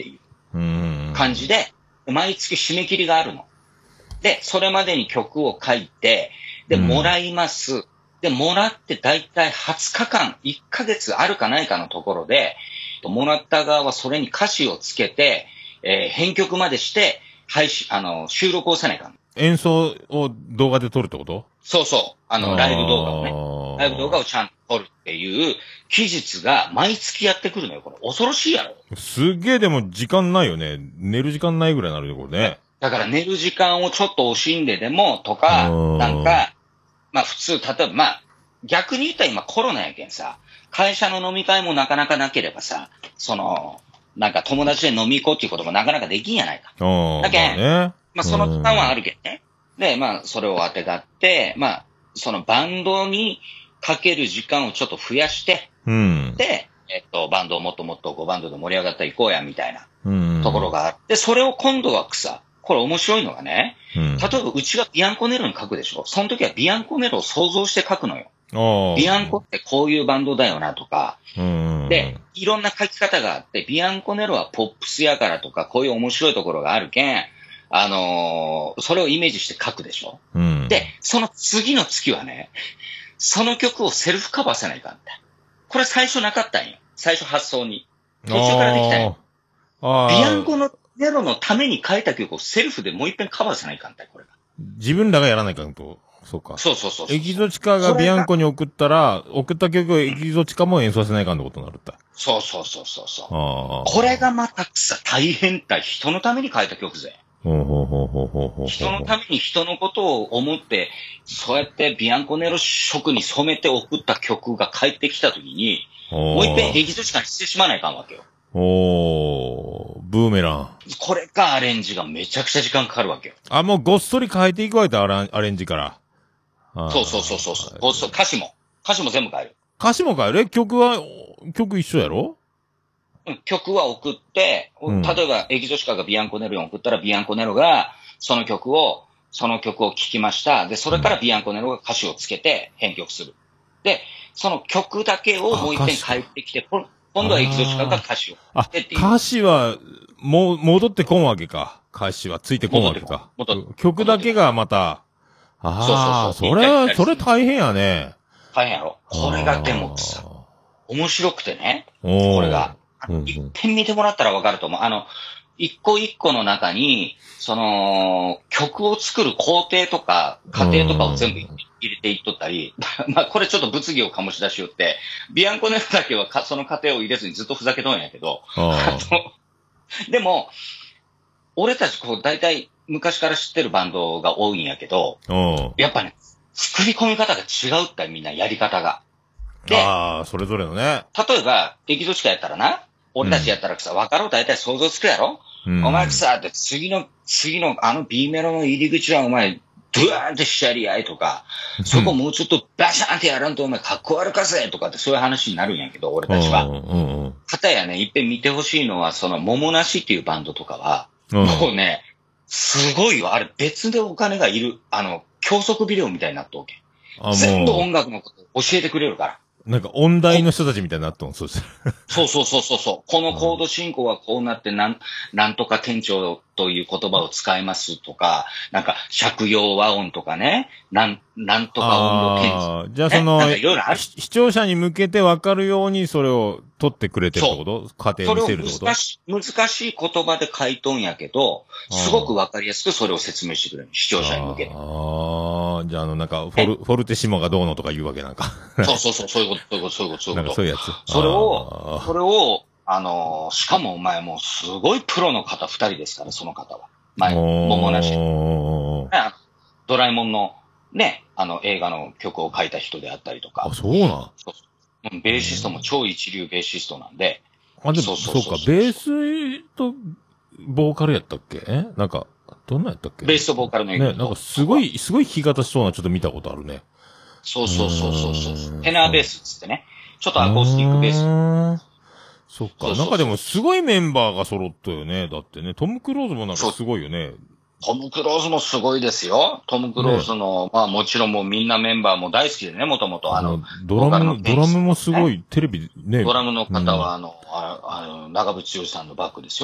感じで、毎月締め切りがあるの。で、それまでに曲を書いて、で、もらいます。で、もらってだいたいはつかかん、いっかげつあるかないかのところで、もらった側はそれに歌詞をつけて、えー、編曲までして、配信、あの、収録をせないかん。
演奏を動画で撮るってこと？
そうそう。あの、ライブ動画をね。ライブ動画をちゃんと撮るっていう期日が毎月やってくるのよ。これ恐ろしいやろ。
すげえでも時間ないよね。寝る時間ないぐらいになるよ、これね。
だから寝る時間をちょっと惜しんででもとか、なんか、まあ普通、例えばまあ、逆に言ったら今コロナやけんさ、会社の飲み会もなかなかなければさ、その、なんか友達で飲み行こうっていうこともなかなかできんやないか。だけん、まあ、ね、まあその時間はあるけどね。で、まあそれを当てがって、まあ、そのバンドにかける時間をちょっと増やして、
うん、で、
えっと、バンドをもっともっとこうバンドで盛り上がったら行こうや、みたいなところがあって、それを今度は草。これ面白いのがね、うん、例えばうちがビアンコネロに書くでしょ。その時はビアンコネロを想像して書くのよ。ビアンコってこういうバンドだよなとか、うん、で、いろんな書き方があって、ビアンコネロはポップスやからとか、こういう面白いところがあるけん、あのー、それをイメージして書くでしょ。うん、で、その次の月はね、その曲をセルフカバーせないかんって。これ最初なかったんよ。最初発想に。途中からできたんよ。ビアンコのネロのために書いた曲をセルフでもう一遍カバーせないかんたい、これが。
自分らがやらないかんと。そうか。
そうそうそうそう。
エキゾチカがビアンコに送ったら、送った曲をエキゾチカも演奏せないかんってことになるった。
そうそうそうそうそう。これがまたさ、大変だ。人のために書いた曲ぜ。
ほうほうほうほうほうほう。
人のために人のことを思って、そうやってビアンコネロ色に染めて送った曲が帰ってきたときに、もう一遍エキゾチカにしてしまわないかんわけよ。
おー、ブーメラン。
これがアレンジがめちゃくちゃ時間かかるわけよ。
あ、もうごっそり変えていくわけだ、アレンジから。
そうそうそうそうそう。ごっそ歌詞も。歌詞も全部変える。
歌詞も変える？曲は、曲一緒やろ？
うん、曲は送って、うん、例えばエキゾチカがビアンコネロに送ったらビアンコネロがその曲を、その曲を聴きました。で、それからビアンコネロが歌詞をつけて編曲する。で、その曲だけをもう一遍帰ってきて、今度はエキゾチカが歌詞を。
あ、歌詞は、もう、戻ってこんわけか。歌詞はついてこんわけか。曲だけがまた、ああ、それは、それ大変やね。
大変やろ。これがでもさ、面白くてね。これが。一遍見てもらったらわかると思う。あの、一個一個の中に、その、曲を作る工程とか、過程とかを全部入れていっとったり、まあこれちょっと物議を醸し出しよって、ビアンコネロだけはかその過程を入れずにずっとふざけとんやけど、あのでも、俺たちこう大体昔から知ってるバンドが多いんやけど、やっぱね、作り込み方が違うったみんなやり方が。
で、ああ、それぞれのね。
例えば、エキゾチカやったらな、俺たちやったらさ、分かろう大体想像つくやろ、うん、お前さ、って次の、次のあの B メロの入り口はお前、ドゥワーンってしゃり合いとか、そこもうちょっとバシャーンってやらんとお前かっこ悪かせとかってそういう話になるんやけど、俺たちは。かたやね、いっぺん見てほしいのは、その、桃なしっていうバンドとかは、もうね、すごいよ。あれ別でお金がいる、あの、教則ビデオみたいになっとおけ。全部音楽のこと教えてくれるから。
なんか音大の人たちみたいになっとん、そうです。
そうそうそうそうそう。このコード進行はこうなってなん、なんとか店長という言葉を使いますとか、なんか借用和音とかね、なん、なんとか音の検知。
じゃあその、視聴者に向けてわかるようにそれを取ってくれてるってこと過程を見せるってこと？
難しい、難しい言葉で書いとんやけど、すごくわかりやすくそれを説明してくれる。視聴者に向けて。
ああ、じゃああのなんか、フォル、フォルテシモがどうのとか言うわけなんか。
そうそうそう、そういうこと、そういうこと、そういうこと、そういうこと。
そういうやつ。
それを、それを、あのー、しかもお前もうすごいプロの方二人ですから、その方は。前、桃なし。ドラえもんのね、あの映画の曲を書いた人であったりとか。
あ、そうなん？
そうベーシストも超一流ベーシストなんで。
あ、でも、そうか、ベースとボーカルやったっけ？えなんか、どんなやったっけ？
ベースとボーカルの
ね、なんかすごい、すごい弾き方しそうなちょっと見たことあるね。
そうそうそうそうそう。テナーベースっつってね。ちょっとアコースティックベース。
そっか。なんかでもすごいメンバーが揃ったよね。だってね、トム・クローズもなんかすごいよね。
トム・クローズもすごいですよ。トム・クローズの、ね、まあもちろんもうみんなメンバーも大好きでね、もともと。あの、
ドラム、ドラムもすごい、テレビね。
ドラムの方は、あの、うん、あの、長渕剛さんのバックですよね。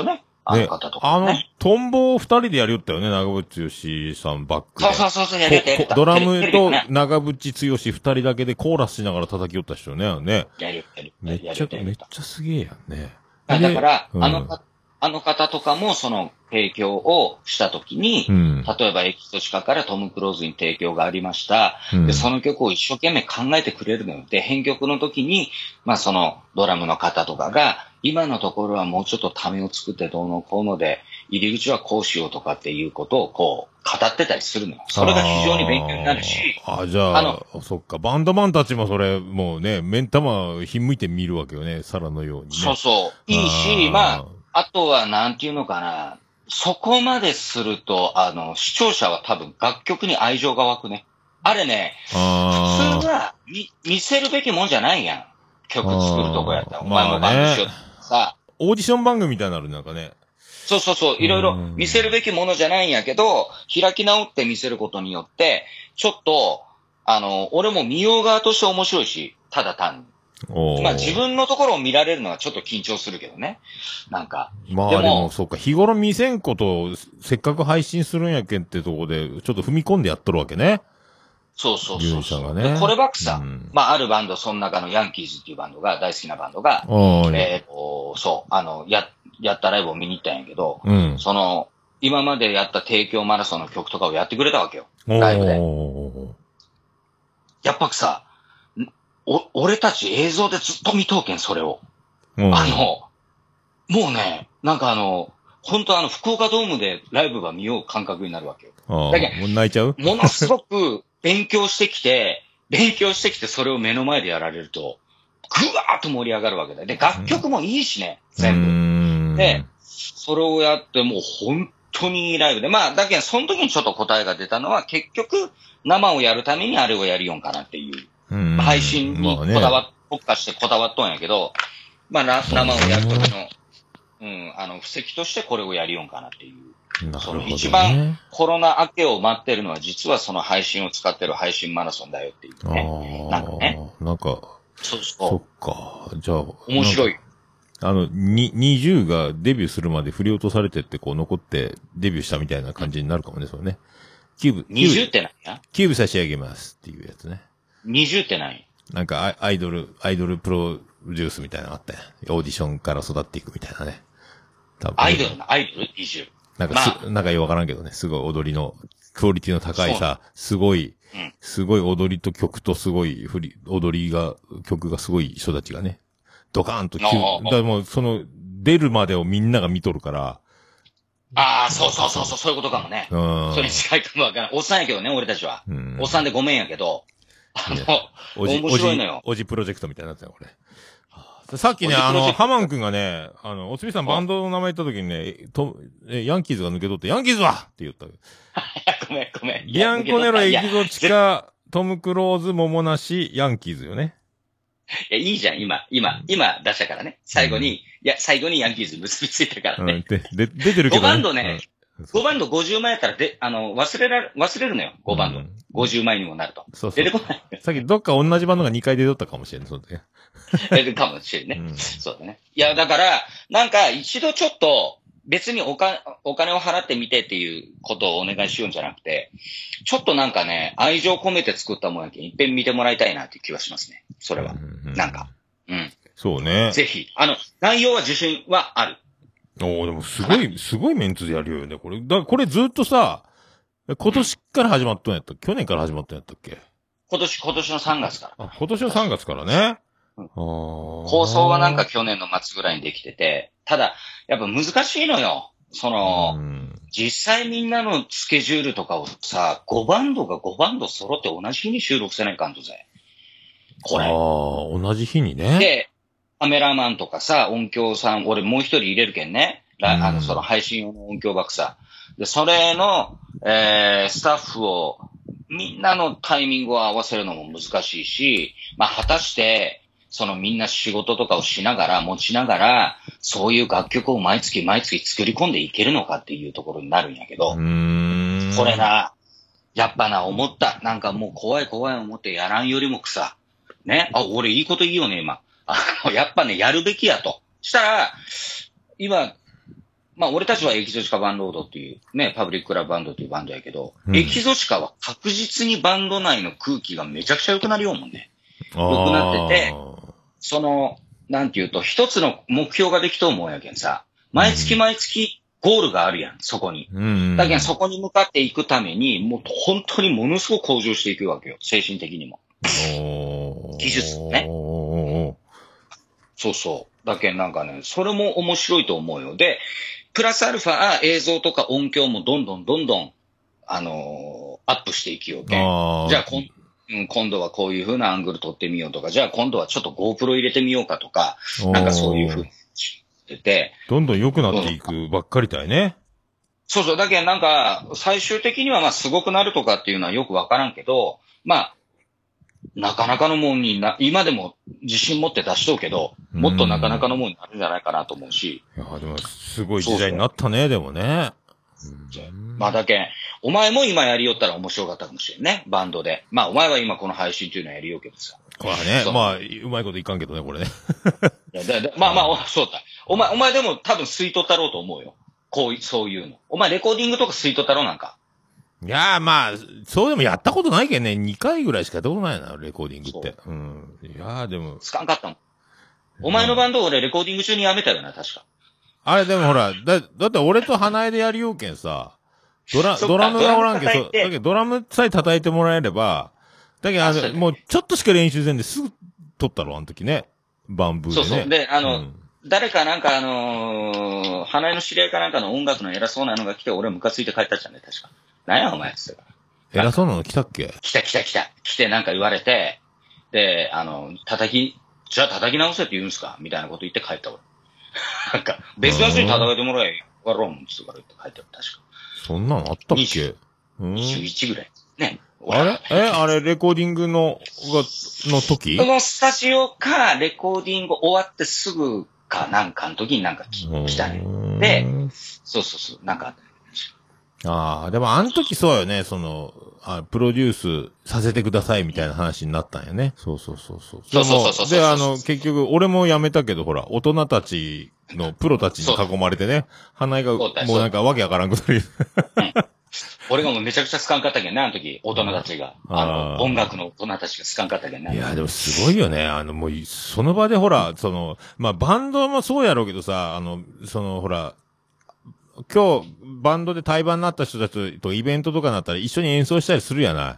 あの方とか、ね。
あの、トンボを二人でやりよったよね、長渕剛さんバックで。
そうそうそうそう、やりよったやりよった。
ドラムと長渕剛二人だけでコーラスしながら叩きよった人ね、ね。
やりよったやりよった。
めっちゃ、めっちゃすげえやんね。
だから、うん、あの、あの方とかもその提供をしたときに、うん、例えばエキゾチカからトム・クローズに提供がありました、うん。で、その曲を一生懸命考えてくれるのよ。で、編曲の時に、まあそのドラムの方とかが、今のところはもうちょっとためを作ってどうのこうので、入り口はこうしようとかっていうことをこう語ってたりするのよ。それが非常に勉強になるし。
ああ、じゃあ、あの、そっか、バンドマンたちもそれ、もうね、目ん玉ひんむいて見るわけよね、サラのようにね。
そうそう。いいし、まあ、あとはなんていうのかな、そこまですると、あの、視聴者は多分楽曲に愛情が湧くね。あれね、普通は見、見せるべきもんじゃないやん。曲作るとこやったら。お前もバンドしようってさ。
オーディション番組みたいになるなんかね。
そうそうそう。いろいろ見せるべきものじゃないんやけど、開き直って見せることによって、ちょっと、あの、俺も見よう側として面白いし、ただ単に。まあ自分のところを見られるのはちょっと緊張するけどね。なんか。
まあでも、でもそうか、日頃見せんことをせっかく配信するんやけんってとこで、ちょっと踏み込んでやっとるわけね。
そうそうそうそう。
がね、
こればっくさ、うん、まああるバンド、その中のヤンキーズっていうバンドが、大好きなバンドが、えっと、そう、あの、や、やったライブを見に行ったんやけど、うん、その、今までやった提供マラソンの曲とかをやってくれたわけよ。ライブで。やっぱさ、お、俺たち映像でずっと見とうけん、それを。あの、もうね、なんかあの、本当あの、福岡ドームでライブが見よう感覚になるわけよ。
だけど、もう泣いちゃう
ものすごく勉強してきて、勉強してきてそれを目の前でやられると、ぐわーっと盛り上がるわけだよ。で、楽曲もいいしね、全部。で、それをやってもう本当にいいライブで、まあ、だけどその時にちょっと答えが出たのは、結局、生をやるためにあれをやりよんかなっていう。配信にこだわっ、特化してこだわっとんやけど、まあ、生をやるときの、うん、あの、布石としてこれをやりよんかなっていう。
なるほどね、
その一番コロナ明けを待ってるのは実はその配信を使ってる配信マラソンだよっていうね。なんかね。
なんか、
そうそう。
そっか。じゃあ、
面白い。
あの、に、にじゅうがデビューするまで振り落とされてってこう残ってデビューしたみたいな感じになるかもね、それね。キューブ。
にじゅうって何や？
キューブ差し上げますっていうやつね。
にじゅうって何？
なんかアイドル、アイドルプロデュースみたいなのあったやん。オーディションから育っていくみたいなね。
多分アイドルのアイドル にじゅう。
なんかす、まあ、なんかよくわからんけどね。すごい踊りの、クオリティの高いさ、すごい、うん、すごい踊りと曲とすごい振り、踊りが、曲がすごい人たちがね、ドカーンと急、だからもうその、出るまでをみんなが見とるから、
ああ、そうそうそうそう、そういうことかもね。うん。それに近いかもわからん。おっさんやけどね、俺たちは。うん。おっさんでごめんやけど、あの、おじ、面白いのよ。
おじ、おじプロジェクトみたいになってたよ、これ。さっきね、あの、ハマン君がね、あの、おつびさんバンドの名前言った時にね、と、え、ヤンキーズが抜け取って、ヤンキーズはって言った。
ごめん、ごめん。
ビアンコネロ、エキゾチカ、トム・クローズ、モモナシ、ヤンキーズよね。
いや、いいじゃん、今、今、今出したからね。最後に、うん、いや、最後にヤンキーズ結びついたからね。
うん、で、で、出てるけどね。
ごバンドね、うん、ごバンドごじゅうまいやったら、で、あの、忘れられ、忘れるのよ、ごバンド。うん、ごじゅうまいにもなると。
そうそう。
出てこない。
さっきどっか同じバンドがにかい出とったかもしれない、そうだね。
出るかもしれんね、うん。そうだね。いや、だから、なんか一度ちょっと、別におか、お金を払ってみてっていうことをお願いしようんじゃなくて、ちょっとなんかね、愛情込めて作ったもんやけん、いっぺん見てもらいたいなっていう気はしますね。それは。うんうん、なんか。うん。
そうね。
ぜひ。あの、内容は自信はある。
おー、でもすごい、すごいメンツでやるよね、これ。だこれずっとさ、今年から始まったんやったっけ、去年から始まったんやったっけ
今年、今年のさんがつから。
あ、今年のさんがつからね。
うん、構想はなんか去年の末ぐらいにできてて、ただ、やっぱ難しいのよ。その、うん、実際みんなのスケジュールとかをさ、ごバンドがごバンド揃って同じ日に収録せないかんとぜ。これ。
ああ、同じ日にね。
で、カメラマンとかさ、音響さん、俺もう一人入れるけんね。うん、あの、その配信用の音響バックさ。で、それの、えー、スタッフを、みんなのタイミングを合わせるのも難しいし、まあ、果たして、そのみんな仕事とかをしながら、持ちながら、そういう楽曲を毎月毎月作り込んでいけるのかっていうところになるんやけど、
うーんこ
れな、やっぱな、思った。なんかもう怖い怖い思ってやらんよりも草。ね。あ、俺いいこと言いよね、今。あの、やっぱね、やるべきやと。したら、今、 まあ俺たちはエキゾチカバンドードっていうね、パブリッククラブバンドっていうバンドやけど、
うん、
エキゾチカは確実にバンド内の空気がめちゃくちゃ良くなるよもんね。良くなってて、その、なんていうと、一つの目標ができと思うやけんさ、毎月毎月ゴールがあるやん、そこに。
うん、
だけどそこに向かっていくために、もう本当にものすごく向上していくわけよ、精神的にも。技術ね。そうそう。だけどなんかね、それも面白いと思うよ。で、プラスアルファ映像とか音響もどんどんどんどん、あのー、アップしていきようけん。じゃあこん、うん、今度はこういう風なアングル撮ってみようとか、じゃあ今度はちょっと GoPro 入れてみようかとか、なんかそういう風にしてて。
どんどん良くなっていくばっかりだよね。
そうそう。だけどなんか、最終的にはまあすごくなるとかっていうのはよくわからんけど、まあ、なかなかのもんにな、今でも自信持って出しとうけど、もっとなかなかのもんになるんじゃないかなと思うし。
いや、でもすごい時代になったね、そうそうでもね。
まあだけん、お前も今やりよったら面白かったかもしれんね、バンドで。まあお前は今この配信っていうのはやりようけどさ。
まあね、まあ、うまいこといかんけどね、これね。
いやだだまあまあ、そうだ。お前、お前でも多分吸い取ったろうと思うよ。こういう、そういうの。お前レコーディングとか吸い取ったろうなんか。
いやーまあ、そうでもやったことないけんね。にかいぐらいしかやったことないな、レコーディングって。う。うん。いやーでも。
つかんかったもん。お前のバンド俺レコーディング中にやめたよな、確か。
あれでもほら、だ、だって俺と花江でやりようけんさ、ドラ、ドラムがおらんけん、そう、だけどドラムさえ叩いてもらえれば、だけどあの、もうちょっとしか練習せんですぐ撮ったろ、あの時ね。バンブーでね。
そうそう。で、あの、うん、誰かなんかあのー、花江の知り合いかなんかの音楽の偉そうなのが来て、俺ムカついて帰ったじゃんね、確か。なんやお前っつってから。
偉そうなの来たっけ？
来た来た来た。来てなんか言われて、で、あの、叩き、じゃあ叩き直せって言うんすかみたいなこと言って帰った俺。なんか、別の人に叩いてもらえよ。わろうもんつってから言って帰ったよ、確か。
そんなのあったっけ？
にじゅういちぐらい。ね。
あれえあれ、レコーディングの、が、の時
そのスタジオか、レコーディング終わってすぐかなんかの時になんか来たね。で、そうそうそう、なんかあったね。
ああ、でもあの時そうよね、その、あプロデュースさせてくださいみたいな話になったんよね。そうそうそうそう。
そうそうそうそう。
で、あの、結局、俺も辞めたけど、ほら、大人たちのプロたちに囲まれてね、花井が、もうなんかわけわからんこと言う。
俺がもうめちゃくちゃ好かんかったけんね、あの時、大人たちが。あの、音楽の大人たちが好かんかったけんね。
いや、でもすごいよね。あの、もう、その場でほら、その、まあ、バンドもそうやろうけどさ、あの、その、ほら、今日、バンドで対バンになった人たちとイベントとかになったら一緒に演奏したりするやない。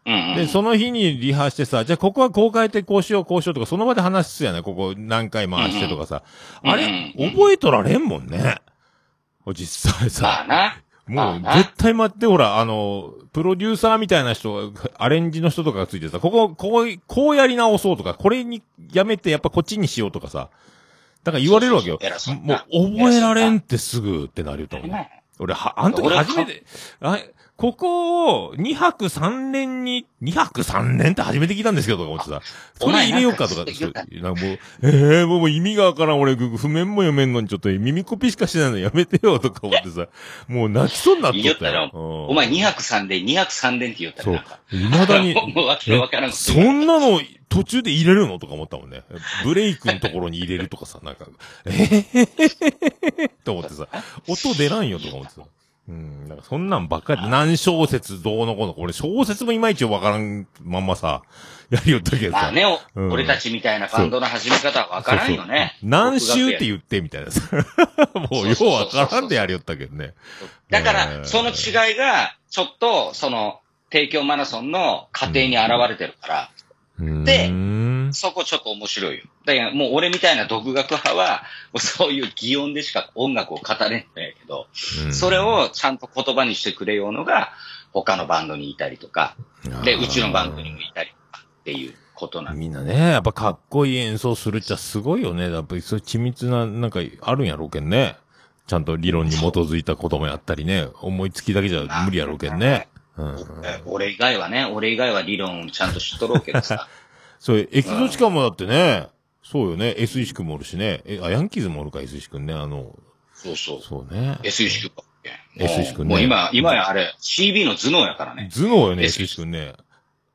うんうん、
で、その日にリハしてさ、じゃあここはこう変えてこうしようこうしようとか、その場で話すやない。ここ何回回してとかさ。うんうん、あれ、うんうん、覚えとられんもんね。実際さ。
まあな。
もう、絶対待って、ほら、あの、プロデューサーみたいな人、アレンジの人とかがついてさ、ここ、こう、こうやり直そうとか、これにやめてやっぱこっちにしようとかさ。だから言われるわけよ。そうそうそうもう、覚えられんってすぐってなると思う。俺、は、あの時初めて、あここをにはくさんねんに、にはくさんねんって初めて聞いたんですけどとか思ってさ、それ入れようかとか、なんかもう、ええー、もう意味がわからん俺、譜面も読めんのにちょっと耳コピしかしてないのやめてよとか思ってさ、もう泣きそうになっとったよ。
お前にはくさんねん、にはくさんねんって言ったらなんか。
そう。未だに、
もうわけわからん。
そんなの途中で入れるのとか思ったもんね。ブレイクのところに入れるとかさ、なんか、えへへへへと思ってさ、音出らんよとか思ってさ。うん、なんかそんなんばっかり、何小節どうのこうの、俺小説もいまいちわからんまんまさ、やりよったけどさ。
まあね、うん、俺たちみたいなバンドの始め方はわからんよね。そうそう
そう何週って言ってみたいなさ。もうようわからんでやりよったけどね。
だから、その違いが、ちょっと、その、帝京マラソンの過程に現れてるから。
うん、
で、そこちょっと面白いよ。だからもう俺みたいな独学派は、もうそういう擬音でしか音楽を語れんのやけど、うん、それをちゃんと言葉にしてくれようのが、他のバンドにいたりとか、で、うちのバンドにもいたりとかっていうことなん
みんなね、やっぱかっこいい演奏するっちゃすごいよね。やっぱりそういう緻密な、なんかあるんやろうけんね。ちゃんと理論に基づいたこともやったりね。思いつきだけじゃ無理やろうけんね。うん、
俺以外はね、俺以外は理論ちゃんと知っとろうけどさ。
そう、エキゾチカもだってね、そうよね、エス石くんもおるしね。え、あ、ヤンキーズもおるか、エス石くんね、あの。
そうそう。
そうね。
エス石くんかっけ。
エス石くんね。
もう今、今やあれ、シービー の頭脳やからね。
頭脳よね、エス石くんね。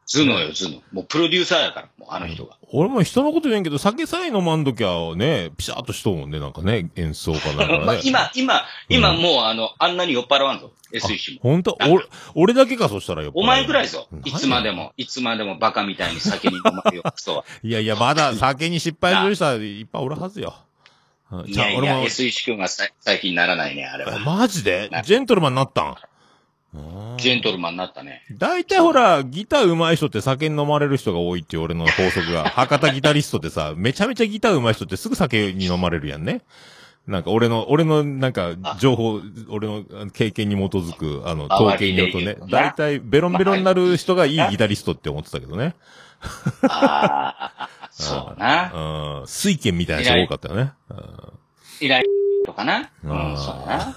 頭脳よ、頭脳。もうプロデューサーやから、もうあの人が。
俺も人のこと言えんけど、酒さえ飲まんときはね、ピシャーっとしとうもんね、なんかね、演奏家なんかね。
まあ、今、今、今もうあの、あんなに酔っ払わんぞ。エスイーシー も。
ほんと俺、俺だけか、そしたら酔っ払う。
お前ぐらいぞ。いつまでも、いつまでもバカみたいに酒に飲まれよ、クソは。
いやいや、まだ酒に失敗する人はいっぱいおるはずよ。
いやいや、エスイーシー 君が最近ならないね、あれは。
マジでジェントルマンになったん
ジェントルマンになったね。
大体ほら、ギター上手い人って酒に飲まれる人が多いっていう俺の法則が。博多ギタリストってさ、めちゃめちゃギター上手い人ってすぐ酒に飲まれるやんね。なんか俺の、俺のなんか情報、俺の経験に基づく、あの、統計によるとね、大体ベロンベロンになる人がいいギタリストって思ってたけどね。
ああ、そうな。
うん。水拳みたいな人多かったよね。
依頼とかな。うん、そうな。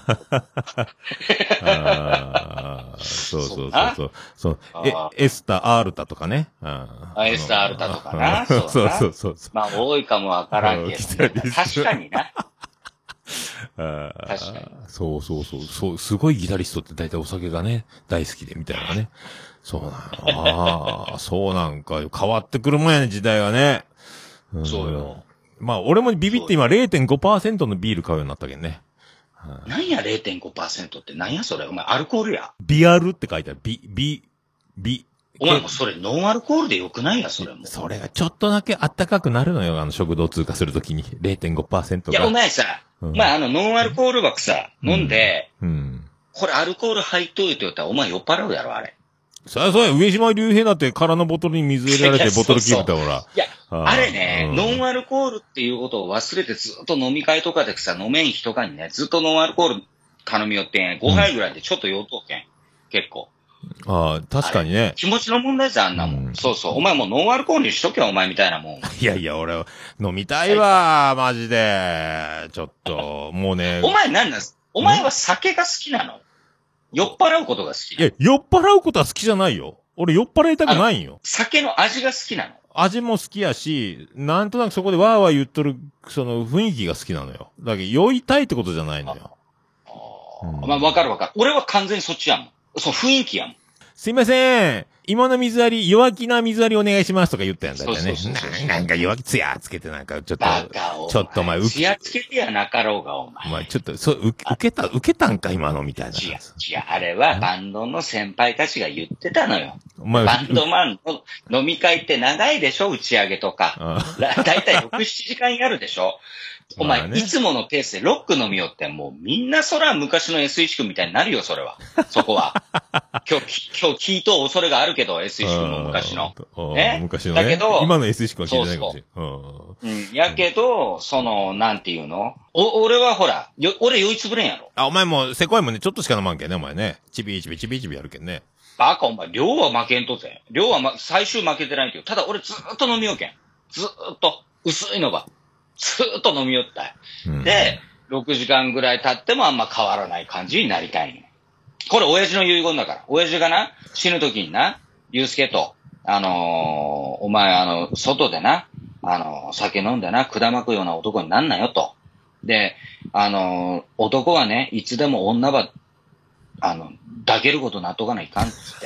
あそうそうそうそう。そう。え、エスタ、アールタとかね。
あエスタ、アールタとかな。
そうそうそうそう。
まあ、多いかもわからんけど、ね。確かにな。
あ確かに。そうそうそう。そう、すごいギタリストって大体お酒がね、大好きでみたいなね。そうなの。ああ、そうなんか。変わってくるもんやね、時代はね。
うん、そうよ。
まあ、俺もビビって今 れいてんごパーセント のビール買うようになったけどね。
なんや れいてんごパーセント ってなんやそれお前アルコールや。
ビアルって書いてある。ビ、ビ、ビ。
お前もそれノンアルコールでよくないやそれも。
それがちょっとだけあったかくなるのよ、あの食道通過するときに。れいてんごパーセント が。
いや、お前さ、うん、まああのノンアルコール枠さ、うん、飲んで、
うん。
これアルコール入っといてって言ったらお前酔っ払うやろ、あれ。
そりゃそうや、上島竜兵だって空のボトルに水入れられてボトル切るたほら。
いや、あれね、うん、ノンアルコールっていうことを忘れてずっと飲み会とかでさ、飲めん日とかにね、ずっとノンアルコール頼みよってん、ごはいぐらいでちょっと酔うとけん。うん、結構。
ああ、確かにね。
気持ちの問題さ、あんなもん。うん、そうそう。お前もうノンアルコールにしとけよ、お前みたいなもん。
いやいや、俺、飲みたいわ、マジで。ちょっと、もうね。
お前何なんすお前は酒が好きなの酔っ払うことが好きなの？
いや、酔っ払うことは好きじゃないよ。俺酔っ払いたくないんよ。
酒の味が好きなの？
味も好きやし、なんとなくそこでわーわー言っとる、その雰囲気が好きなのよ。だけど酔いたいってことじゃないのよ。
あ、うん、まあ、わかるわかる。俺は完全にそっちやもん。その雰囲気やもん。
すいません。今の水割り、弱気な水割りお願いしますとか言ったやんだってね。なんか弱気つやつけてなんかちょっと、ちょっとお前、
つやつけてやなかろうがお前。
お前ちょっと、そう、受けた、受けたんか今のみたいな。
違う、違う、あれはバンドの先輩たちが言ってたのよ。お前バンドマンの飲み会って長いでしょ打ち上げとか。だいたいろく、しちじかんやるでしょお前、ね、いつものペースでロック飲みよってもうみんなそら昔の エスイーシー 君みたいになるよ、それは。そこは。今日、今日聞いとう恐れがあるけど、エスイーシー 君も昔の。
ね。昔のね。だけど、今の エスイーシー 君は聞いてないかもしれない。
そうそう。うん。やけど、その、なんていうのお、俺はほら、よ、俺酔いつぶれんやろ。
あ、お前もせこいもんね、ちょっとしか飲まんけんね、お前ね。ちびちびちびちびやるけんね。
バカ、お前、量は負けんとぜ。量はま、最終負けてないけど、ただ俺ずーっと飲みよけん。ずーっと。薄いのが。ずーっと飲みよったい。うん、で、ろくじかんぐらい経ってもあんま変わらない感じになりたいね。これ親父の遺言だから。親父がな、死ぬ時にな、ゆうすけと、あのー、お前あの、外でな、あのー、酒飲んでな、くだまくような男になんなよと。で、あのー、男はね、いつでも女は、あの、抱けることなっとかないかんっつって。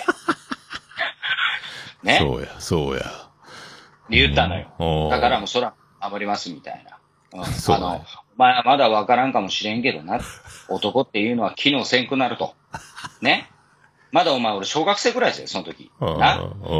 ね。
そうや、そうや。
言ったのよ。だからもうそら、守りますみたいな。うん、あの、まあ、まだわからんかもしれんけどな。男っていうのは機能せんくなると。ね。まだお前俺小学生くらいですよ、その時。な。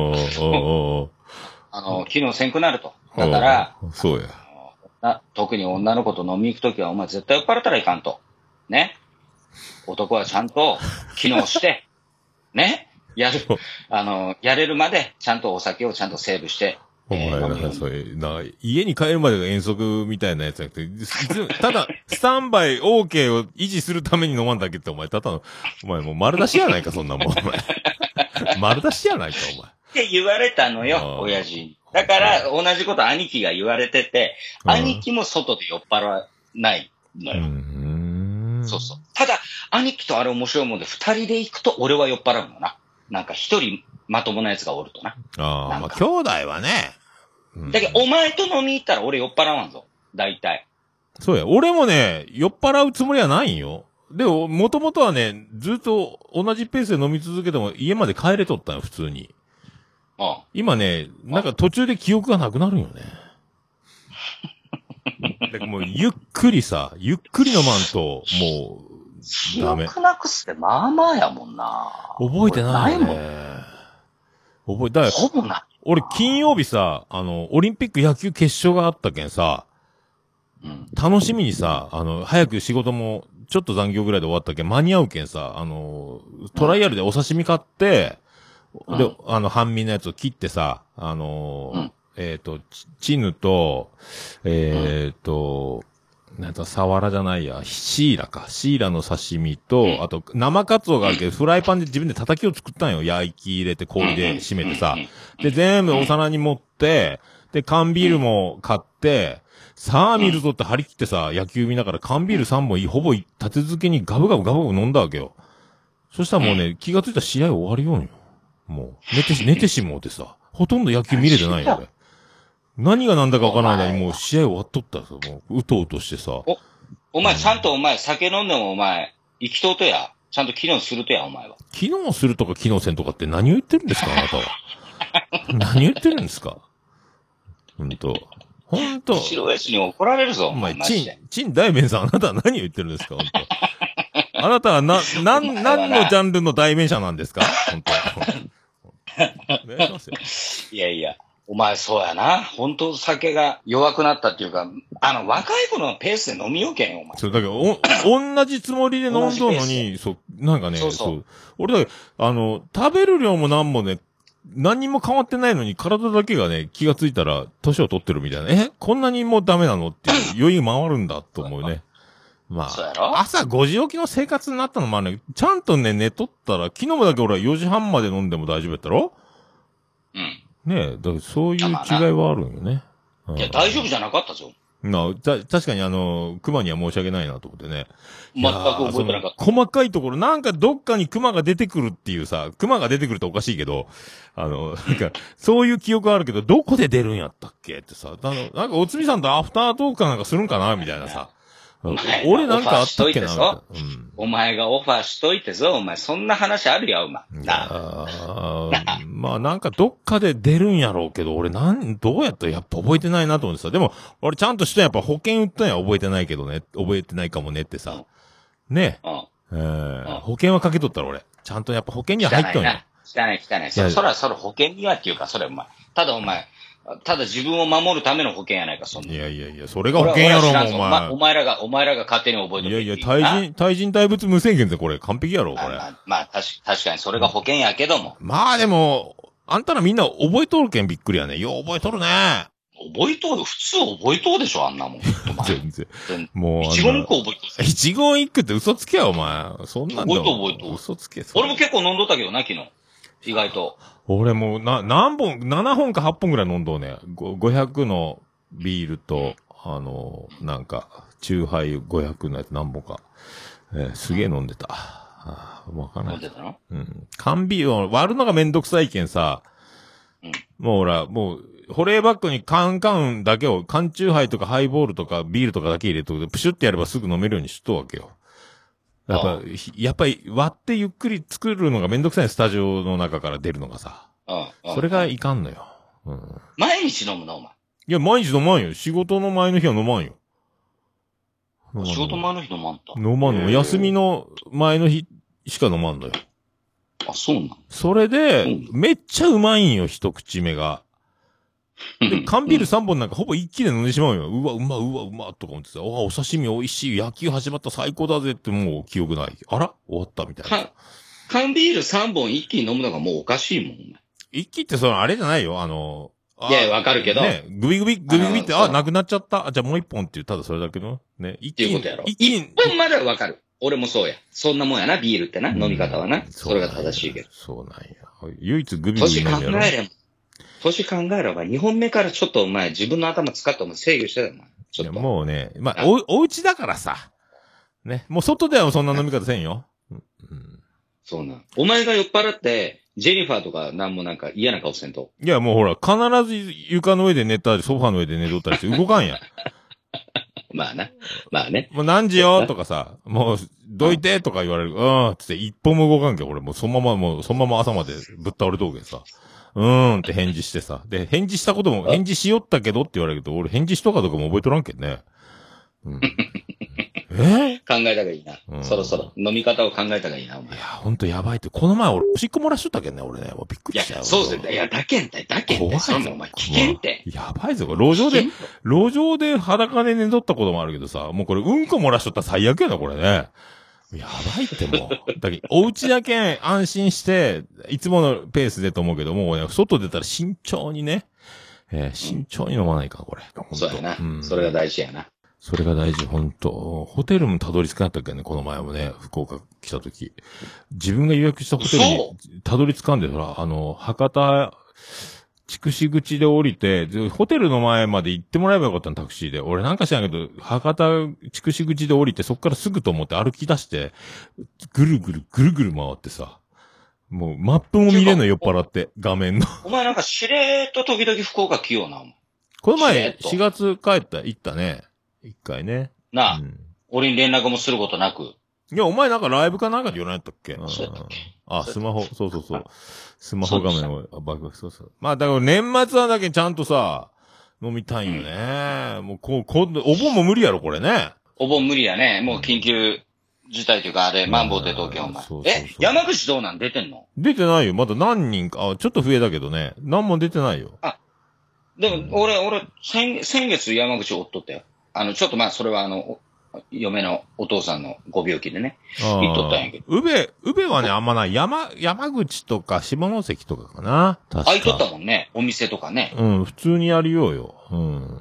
あの、機能せんくなると。だから、
そうや。
な特に女の子と飲み行くときはお前絶対酔っ払ったらいかんと。ね。男はちゃんと機能して、ね。やる、あの、やれるまでちゃんとお酒をちゃんとセーブして、
お前なんかそれ、な、家に帰るまでが遠足みたいなやつじゃなくて、ただ、スタンバイ OK を維持するために飲まんだけって、お前、ただの、お前もう丸出しやないか、そんなもん、お前。丸出しやないか、お前。
って言われたのよ、親父に。だから、同じこと兄貴が言われてて、兄貴も外で酔っ払わないのよ。うんそうそう。ただ、兄貴とあれ面白いもんで、二人で行くと俺は酔っ払うのな。なんか一人まともなやつがおるとな。
ああ、まあ兄弟はね。
うん、だけど、お前と飲み行ったら俺酔っ払わんぞ。大体。
そうや。俺もね、酔っ払うつもりはないんよ。でも、もともとはね、ずっと同じペースで飲み続けても家まで帰れとったよ、普通に。
あ
今ね、なんか途中で記憶がなくなるんよね。だからもうゆっくりさ、ゆっくり飲まんと、もう、ダメ。
記憶なくすってまあまあやもんな。
覚えてないよね。覚え、だから、
ほぼない。
俺金曜日さ、あの、オリンピック野球決勝があったけんさ、
うん、
楽しみにさ、あの、早く仕事も、ちょっと残業ぐらいで終わったけん、間に合うけんさ、あの、トライアルでお刺身買って、うん、で、あの、半身のやつを切ってさ、あの、うん、えっと、チヌと、えっと、うん、なんか、サワラじゃないや、シーラか。シーラの刺身と、うん、あと、生カツオがあるけど、フライパンで自分で叩きを作ったんよ。焼き入れて、氷で締めてさ。で、全部お皿に盛って、で、缶ビールも買って、さあ見るぞって張り切ってさ、野球見ながら缶ビールさんぼん、ほぼ立て続けにガブガブガブガブ飲んだわけよ。そしたらもうね、気がついたら試合終わるようよ。もう、寝てし、寝てしもうてさ、ほとんど野球見れてないよ、俺。何が何だかわからない間にもう試合終わっとったさ、もう、うとうとしてさ。
お、お前ちゃんとお前酒飲んでもお前、生きとうとや。ちゃんと機能するとや、お前は。
機能するとか機能せんとかって何を言ってるんですか、あなたは。何言ってるんですか。ほんと。ほんと。
白親父に怒られるぞ、
お前、チン、チン大弁さん、あなたは何を言ってるんですか、ほんと。あなたはな、なん、何のジャンルの代弁者なんですか、ほんと。お願いしますよ。
いやいや。お前そうやな。本当酒が弱くなったっていうか、あの、若い頃のペースで飲みよけん、お前。
そう、だけど、お、同じつもりで飲んどんのに、そう、なんかね、そうそう。俺だけ、あの、食べる量もなんもね、何にも変わってないのに、体だけがね、気がついたら、年を取ってるみたいな。えこんなにもうダメなのっていう、余裕回るんだと思うね。まあ、朝ごじ起きの生活になったのもあるね、ちゃんとね、寝とったら、昨日もだけ俺はよじはんまで飲んでも大丈夫やったろ？うん。ねえ、だからそういう違いはあるんよね。
うん、いや、大丈夫じゃなかったぞ。
なた、確かにあの、熊には申し訳ないなと思ってね。
全く覚えてなかった。
細かいところ、なんかどっかに熊が出てくるっていうさ、熊が出てくるとおかしいけど、あの、なんか、そういう記憶あるけど、どこで出るんやったっけってさ、あの、なんかおつみさんとアフタートークかなんかするんかなみたいなさ。俺なんかあったっけな、
うん、お前がオファーしといてぞ、お前そんな話あるや、お前。
あまあなんかどっかで出るんやろうけど、俺なん、どうやったらやっぱ覚えてないなと思ってさ。でも、俺ちゃんとしたやっぱ保険売ったんや覚えてないけどね、覚えてないかもねってさ。うん、ねえ。うんえーうん、保険はかけとったら俺。ちゃんとやっぱ保険には入っとんや。
汚い汚い。そ、そらそら保険にはっていうか、それお前。ただお前、ただ自分を守るための保険やないか、そんな。
いやいやいや、それが保険やろ、もうお前。
お前らが、お前らが勝手に覚えてる。
いやいや、対人、対人対物無制限でこれ完璧やろ、これ。
まあ、まあ、確確かにそれが保険やけども。
まあでも、あんたらみんな覚えとるけんびっくりやね。よう覚えとるね。
覚えとる普通覚えとるでしょ、あんなもん。
全然。もう。
一言一句覚えとる。
一言一句って嘘つけや、お前。そんなんだ。
覚えと覚えと。
嘘つけ。
俺も結構飲んどったけどな、昨日。意外と。
俺もう、な、何本、ななほんかはっぽんぐらい飲んどうね。ごひゃくのビールと、あの、なんか、チューハイごひゃくのやつ何本か。えー、すげえ飲んでた。ああ、わかんない。
飲んでたの？
うん。缶ビールを割るのがめんどくさいけんさ。うん。もうほら、もう、保冷バッグに缶缶だけを、缶チューハイとかハイボールとかビールとかだけ入れとくと、プシュってやればすぐ飲めるようにしとるわけよ。やっぱ、やっぱり割ってゆっくり作るのがめんどくさい、スタジオの中から出るのがさ。うん。それがいかんのよ。うん。
毎日飲むのお前。
いや、毎日飲まんよ。仕事の前の日は飲まんよ。
仕事前の日飲まんと。
飲まんの。休みの前の日しか飲まんのよ。
あ、そうなの？
それで、うん、めっちゃうまいんよ、一口目が。で、缶ビールさんぼんなんかほぼ一気で飲んでしまうよ。うわ、うま、うわ、うま、とか思ってさ、おお刺身美味しい、野球始まった最高だぜってもう記憶ない。あら終わったみたいな。
缶ビールさんぼん一気に飲むのがもうおかしいもん。
一気ってそのあれじゃないよ、あの、
いや、わかるけど。
ね、グビグビ、グビグビって、あ、なくなっちゃった。あ、じゃあもう一本っていう、ただそれだけの、ね、
一気に。っていうことやろ。一気に。一本まではわかる。俺もそうや。そんなもんやな、ビールってな、飲み方はな。それが正しいけど。
そうなんや。唯一グビグビ飲むやろ。
年考えれば、年考えれば、にほんめからちょっとお前、自分の頭使ってお前制御してたよ、お前。ちょっと。
もうね、まあ、お、お家だからさ。ね。もう外ではそんな飲み方せんよ。うん。
そうな。お前が酔っ払って、ジェニファーとかなんもなんか嫌な顔せんと。
いや、もうほら、必ず床の上で寝たり、ソファの上で寝とったりして動かんや。
まあな。まあね。
もう何時よとかさ、もう、どいてとか言われる。うん、つって一歩も動かんけ。俺もうそのまま、もうそのまま朝までぶっ倒れとうけんさ。 うーんって返事してさ。で、返事したことも、返事しよったけどって言われるけど、俺返事しとかとかも覚えとらんけんね。うん。え
考えたがいいな、うん。そろそろ。飲み方を考えたがいいな、お前。
いや、ほんとやばいって。この前俺、おしっこ漏らしとったけんね、俺ね。もうびっくりしたよ。
いや、そうですね。いや、だけんだよ、だけんだよ。怖いぞ。そんなお前、危険って。
やばいぞ、これ。路上で、路上で裸で寝とったこともあるけどさ、もうこれ、うんこ漏らしとったら最悪やな、これね。やばいってもう。だけど、お家だけ安心して、いつものペースでと思うけども、ね、外出たら慎重にね、えー、慎重に飲まないか、これ。
そうやな、うん。それが大事やな。
それが大事、ほんと。ホテルもたどり着かなかったっけね、この前もね、福岡来た時。自分が予約したホテルにたどり着かんで、ほら、あの、博多、筑紫口で降りて、ホテルの前まで行ってもらえばよかったの、タクシーで。俺なんか知らんけど、博多、筑紫口で降りて、そっからすぐと思って歩き出して、ぐるぐる、ぐるぐる回ってさ。もう、マップも見れんの酔っ払って、画面の。
お前なんかしれーっと時々福岡来ような、お前。
この前、しがつ帰った、行ったね。一回ね。
なあ、うん。俺に連絡もすることなく。
いや、お前なんかライブかなんかで言わないとったっけ？
そうやったっけ？
あ、スマホ、そうそうそう。スマホ画面を爆破、そうそう。まあ、だから年末はだけちゃんとさ、飲みたいよね。うん、もう、こう、こう、お盆も無理やろ、これね。
お盆無理やね。もう緊急事態というか、あれ、マンボウって東京、お前。そうそうそう。え、山口どうなん出てんの？
出てないよ。まだ何人か、あ、ちょっと増えたけどね。何も出てないよ。
あ、でも、俺、俺、先、先月山口おっとったよ。あの、ちょっとまあ、それはあの、嫁のお父さんのご病気でね、行っとったんやけど。
宇部、宇部はね、あんまない。山、山口とか下関とかかな。確か。
空いとったもんね。お店とかね。
うん、普通にやりようよ。うん。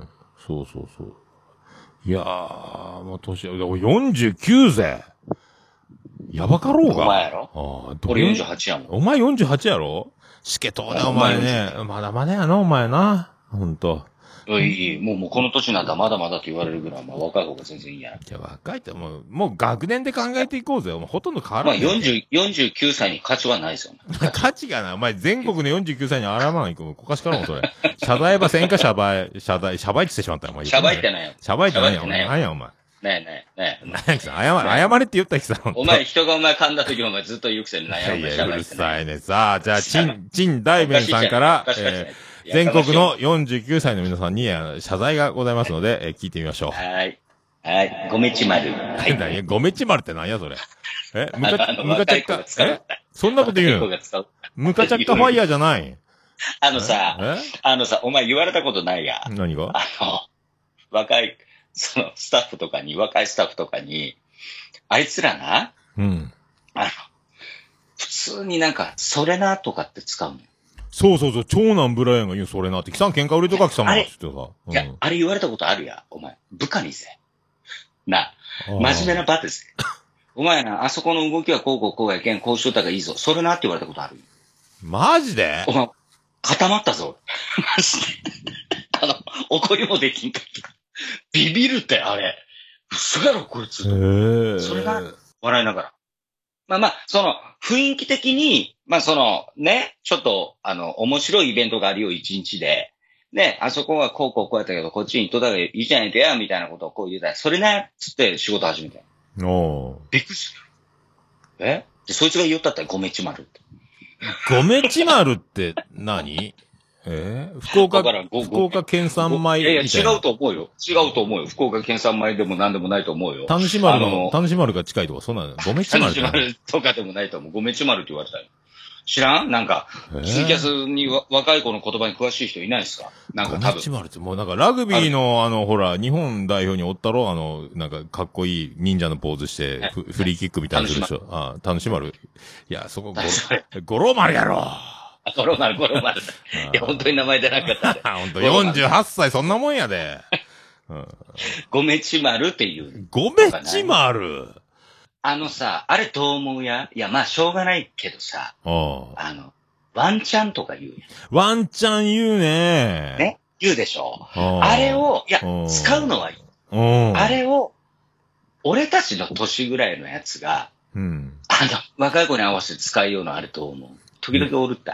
そうそうそう。いやー、もう年、よんじゅうきゅうぜ。やばかろうが。
お前やろ？ああ、俺よんじゅうはちやもん。
お前よんじゅうはちやろ？しけとうね、お前ね。まだまだやな、お前な。ほんと。
いい、もう、もうこの年になったらまだまだと言われるぐらい、まあ若い方が全然いいや。い
や、若いってもう、もう学年で考えていこうぜ。もうほとんど変わらない。
まあよんじゅう、よんじゅうきゅうさいに価値はないですよ。
価値がな、お前全国のよんじゅうきゅうさいにあらまないこかしからんそれ。謝罪ばせんか謝罪、謝罪、謝罪ってしてしまったよ、お前。
謝罪ってないよ。
謝罪ってないよ、お前。何や、お前。
ねえねえ、ねえ。
何や、謝、謝れって言ったきさ。
お前、人がお前噛んだ時お前ずっと言うくせに何や、お前。
いや、うるさいね。さあ、じゃあ、チン、チン大弁さんから、えー全国のよんじゅうきゅうさいの皆さんに謝罪がございますので、えー、聞いてみましょう。
はい。はい。ごめちまる。は
い。ごめちまるって何やそれ。えむか、むかちゃっか、えそんなこと言うのむかちゃっかファイヤーじゃない。
あのさ、あのさ、お前言われたことないや。
何が
あの、若い、その、スタッフとかに、若いスタッフとかに、あいつらな、
うん。
あの、普通になんか、それなとかって使うのよ。
そうそうそう、長男ブライアンが言うそれなって、貴さん喧嘩売れとか貴様って言ってさ。
いや、あれ言われたことあるや、お前。部下にせ。な、真面目な場です。お前な、あそこの動きはこうこうこうやけん、こうしとったがいいぞ。それなって言われたことある。
マジで
お前、固まったぞ。マジで。あの、怒りもできんかった。ビビるって、あれ。嘘やろ、こいつ。
へー。
それな、笑いながら。まあまあ、その、雰囲気的に、まあその、ね、ちょっと、あの、面白いイベントがあるよ、一日で。ね、あそこはこうこうこうやったけど、こっちに行っとったらいいじゃないかや、みたいなことをこう言うたら、それね、つって仕事始めたよ。
おー。
びっくりしたよ。えで、そいつが言ったったら、ごめちまるって。
ごめちまるって何えー、福岡、福岡県産米。
いやいや、違うと思うよ。違うと思うよ。福岡県産米でも何でもないと思うよ。
田主丸の、田主丸が近いとか、そんなの。ごめちまる。
田主丸とかでもないと思う。ごめちまるって言われたよ。知らんなんか、ツイキャスにわ若い子の言葉に詳しい人いないですかなんか多分。
ごめちまるって、もうなんかラグビーのあの、ほら、日本代表におったろあの、なんかかっこいい忍者のポーズして、フフリーキックみたいなするでしょ。ああ、田主丸。いや、そこ、ゴロ丸やろ
ゴロ丸、ゴロ丸。いや、本当に名前出なかった。
本当よんじゅうはっさい、そんなもんやで。
うん、ごめちまるっていう。
ごめちまる
あのさ、あれどう思うやいや、まあ、しょうがないけどさ。あの、ワンチャンとか言うやん。
ワンチャン言うね
ね言うでしょあれを、いや、使うのはいい。あれを、俺たちの年ぐらいのやつが、
うん、
あの、若い子に合わせて使いようのあれと思う。時々おるったい。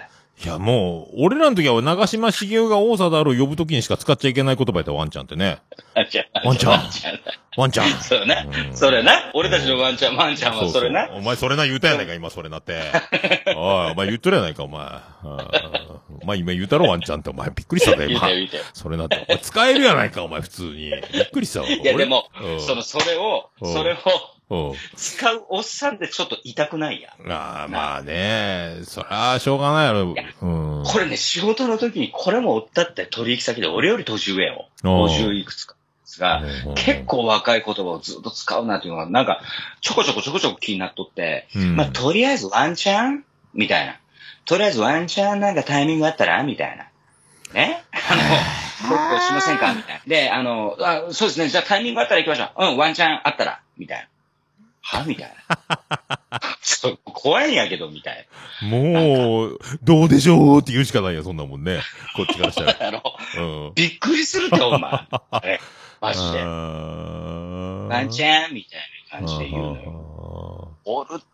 いや、もう、俺らの時は長島茂雄が王貞治を呼ぶ時にしか使っちゃいけない言葉やったワンちゃんってね。
ワンちゃん。
ワンちゃん。ワンちゃん。
そうな。それな。俺たちのワンちゃん、ワンちゃんはそれな。
お前それな言うたやないか、今それなって。おい、お前言っとるやないか、お前。お前今言うたろ、ワンちゃんって。お前びっくりしたで、今。それなって。お前使えるやないか、お前普通に。びっくりしたわ。
いや、でも、その、それを、それを、使うおっさんってちょっと痛くないや。
ああ、まあね。そりゃ、しょうがないやろ。
うん。これね、仕事の時にこれもおったって取引先で俺より年上よ。ごじゅういくつか。が、結構若い言葉をずっと使うなっていうのが、なんか、ちょこちょこちょこちょこ気になっとって、うん、まあ、とりあえずワンチャンみたいな。とりあえずワンチャンなんかタイミングあったらみたいな。ねあの、ごっこしませんかみたいな。で、あのあ、そうですね。じゃあタイミングあったら行きましょう。うん、ワンチャンあったら。みたいな。はみたいな。ちょっと怖いんやけど、みたい
な。もう、どうでしょうって言うしかないや、そんなもんね。こっちからしたら。
あの、うん、びっくりするって、お前。あれ。マジで。ワンチャンみたいな感じで言うのよ。おるって、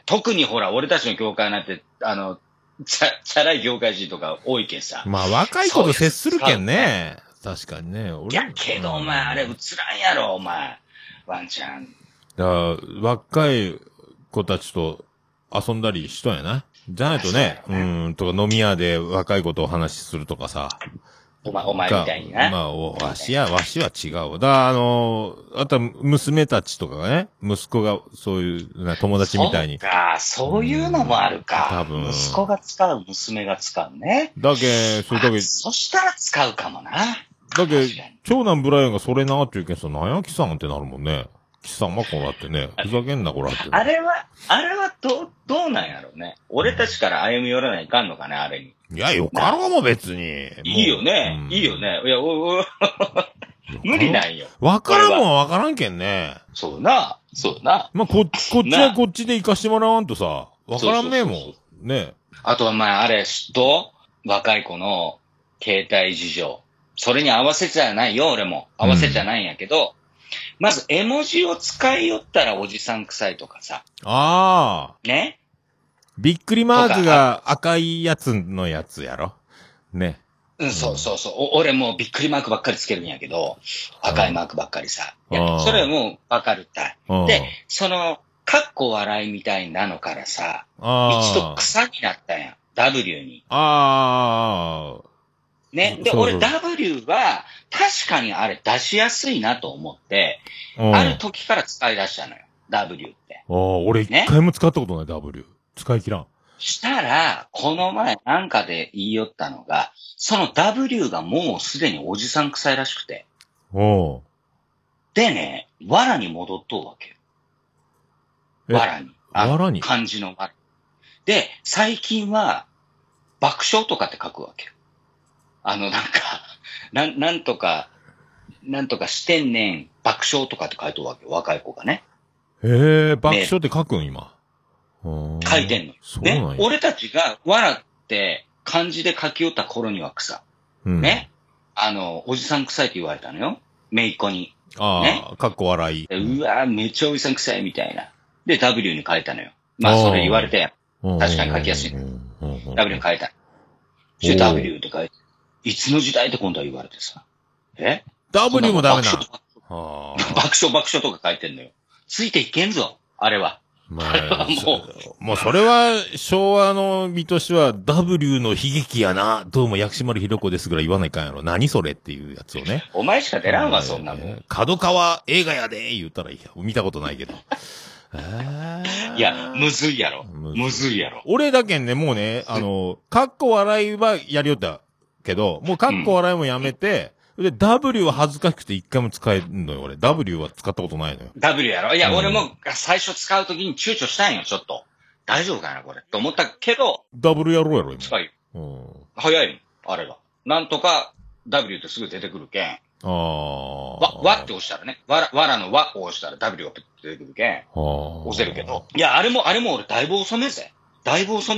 特にほら、俺たちの業界なんて、あの、チャ、チャラい業界人とか多いけんさ。
まあ、若い子と接するけんね。確かにね。
いや、けどお前、あれ映らんやろ、お前。ワンチャン。
だから、若い子たちと遊んだりしとんやな。じゃないとね、うーん、とか飲み屋で若い子とお話しするとかさ。
お前、お前みたいにな。
まあ、わしや、わしは違う。だから、あの、あとは娘たちとかがね、息子がそういう、友達みたいに。
そうか、そういうのもあるか。多分。息子が使う、娘が使うね。
だけ、それだけ。
そしたら使うかもな。
だけ、長男ブライアンがそれなって言うけんさ、なんや、キさんってなるもんね。キさんはこうなってね。ふざけんな、こらって。
あれは、あれはどう、どうなんやろうね。俺たちから歩み寄らないかんのかね、あれに。
いや、よかろうも別に。
いいよね。うん、いいよね。いや、おお無理ないよ。
わからんもんはわからんけんね。
そうな。そうな。
まあ、こ、こっちはこっちで行かしてもらわんとさ、わからんねえもん。ね。
あとは、まあ、あれ、と、若い子の携帯事情。それに合わせじゃないよ、俺も。合わせじゃないんやけど、うん、まず、絵文字を使いよったらおじさん臭いとかさ。
ああ。
ね。
びっくりマークが赤いやつのやつやろね。
うん、そうそうそう。俺もうびっくりマークばっかりつけるんやけど、赤いマークばっかりさ。いや、それはもうわかるったい。で、その、かっこ笑いみたいなのからさ、一度草になったんや。W に。
ああ。
ね。で、俺 W は、確かにあれ出しやすいなと思って、ある時から使い出したのよ。W って。
ああ、俺一回も使ったことない、ね、W。使い切らん。
したら、この前なんかで言いよったのが、その W がもうすでにおじさん臭いらしくて。
おう。
でね、わらに戻っとうわけよ。わらに。
わらに
漢字のわら。で、最近は、爆笑とかって書くわけよ。あの、なんか、なん、なんとか、なんとかしてんねん、爆笑とかって書いとるわけよ。若い子がね。
へえ、爆笑って書くん今。
書いてんの。ね。俺たちが、わらって漢字で書き寄った頃には草。うん、ね。あの、おじさん臭いって言われたのよ。めいっ子に。
ああ、ね。かっこ笑い。
うわめっちゃおじさん臭いみたいな。で、W に書いたのよ。まあ、それ言われて、確かに書きやすいの。W に書いた。そして W って書いて。いつの時代って今度は言われてさ。え
?W もダメな。
爆笑爆笑とか書いてんのよ。ついていけんぞ。あれは。
まあ、もう、もうそれは昭和の身としては W の悲劇やな。どうも薬師丸ひろ子ですぐらい言わないかんやろ。何それっていうやつをね。
お前しか出らんわ、そんなもん。
角川映画やで言ったらいいや。見たことないけど。
いや、むずいやろ。むずいやろ。
俺だけんね、もうね、あの、かっこ笑いはやりよったけど、もうかっこ笑いもやめて、うん、で、W は恥ずかしくて一回も使えんのよ、俺。W は使ったことないのよ。
W やろいや、うん、俺も最初使うときに躊躇したんよ、ちょっと。大丈夫かな、これ。と思ったけど。
W やろうやろ、今。
近い。うん。早いあれが。なんとか W ってすぐ出てくるけん。
ああ。
わ、わって押したらね。わら、わらのわを押したら W が出てくるけん。押せるけど。いや、あれも、あれも俺だいぶ遅めぜ。だいぶ遅めよ。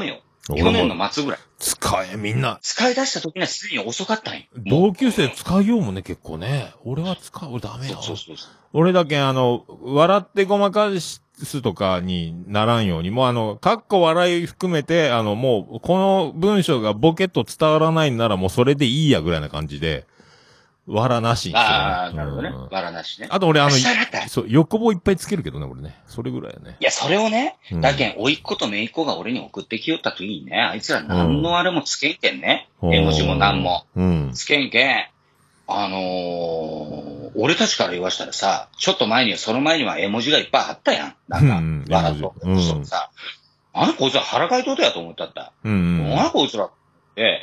去年の末ぐらい。
使え、みんな。
使い出した時にはすでに遅かったんよ。
同級生使いようもね、結構ね。俺は使う、俺ダメよ。
そうそうそう。
俺だけあの、笑ってごまかすとかにならんように、もうあの、かっこ笑い含めて、あの、もう、この文章がボケと伝わらないんならもうそれでいいやぐらいな感じで、笑なしにして、ね。
ああ、なるほどね。うん、笑なしね。
あと俺あの、そう、横棒いっぱいつけるけどね、俺ね。それぐらいね。
いや、それをね、うん、だけん、甥っ子と姪っ子が俺に送ってきよった時にね、あいつら何のあれもつけんけんね。絵文字も何も。うん。つけんけん。あのー、俺たちから言わしたらさ、ちょっと前に、その前には絵文字がいっぱいあったやん。なんか、笑と。うん。そうさ、あのこいつら腹かいとうとやと思ったった。うん。あのこいつらって。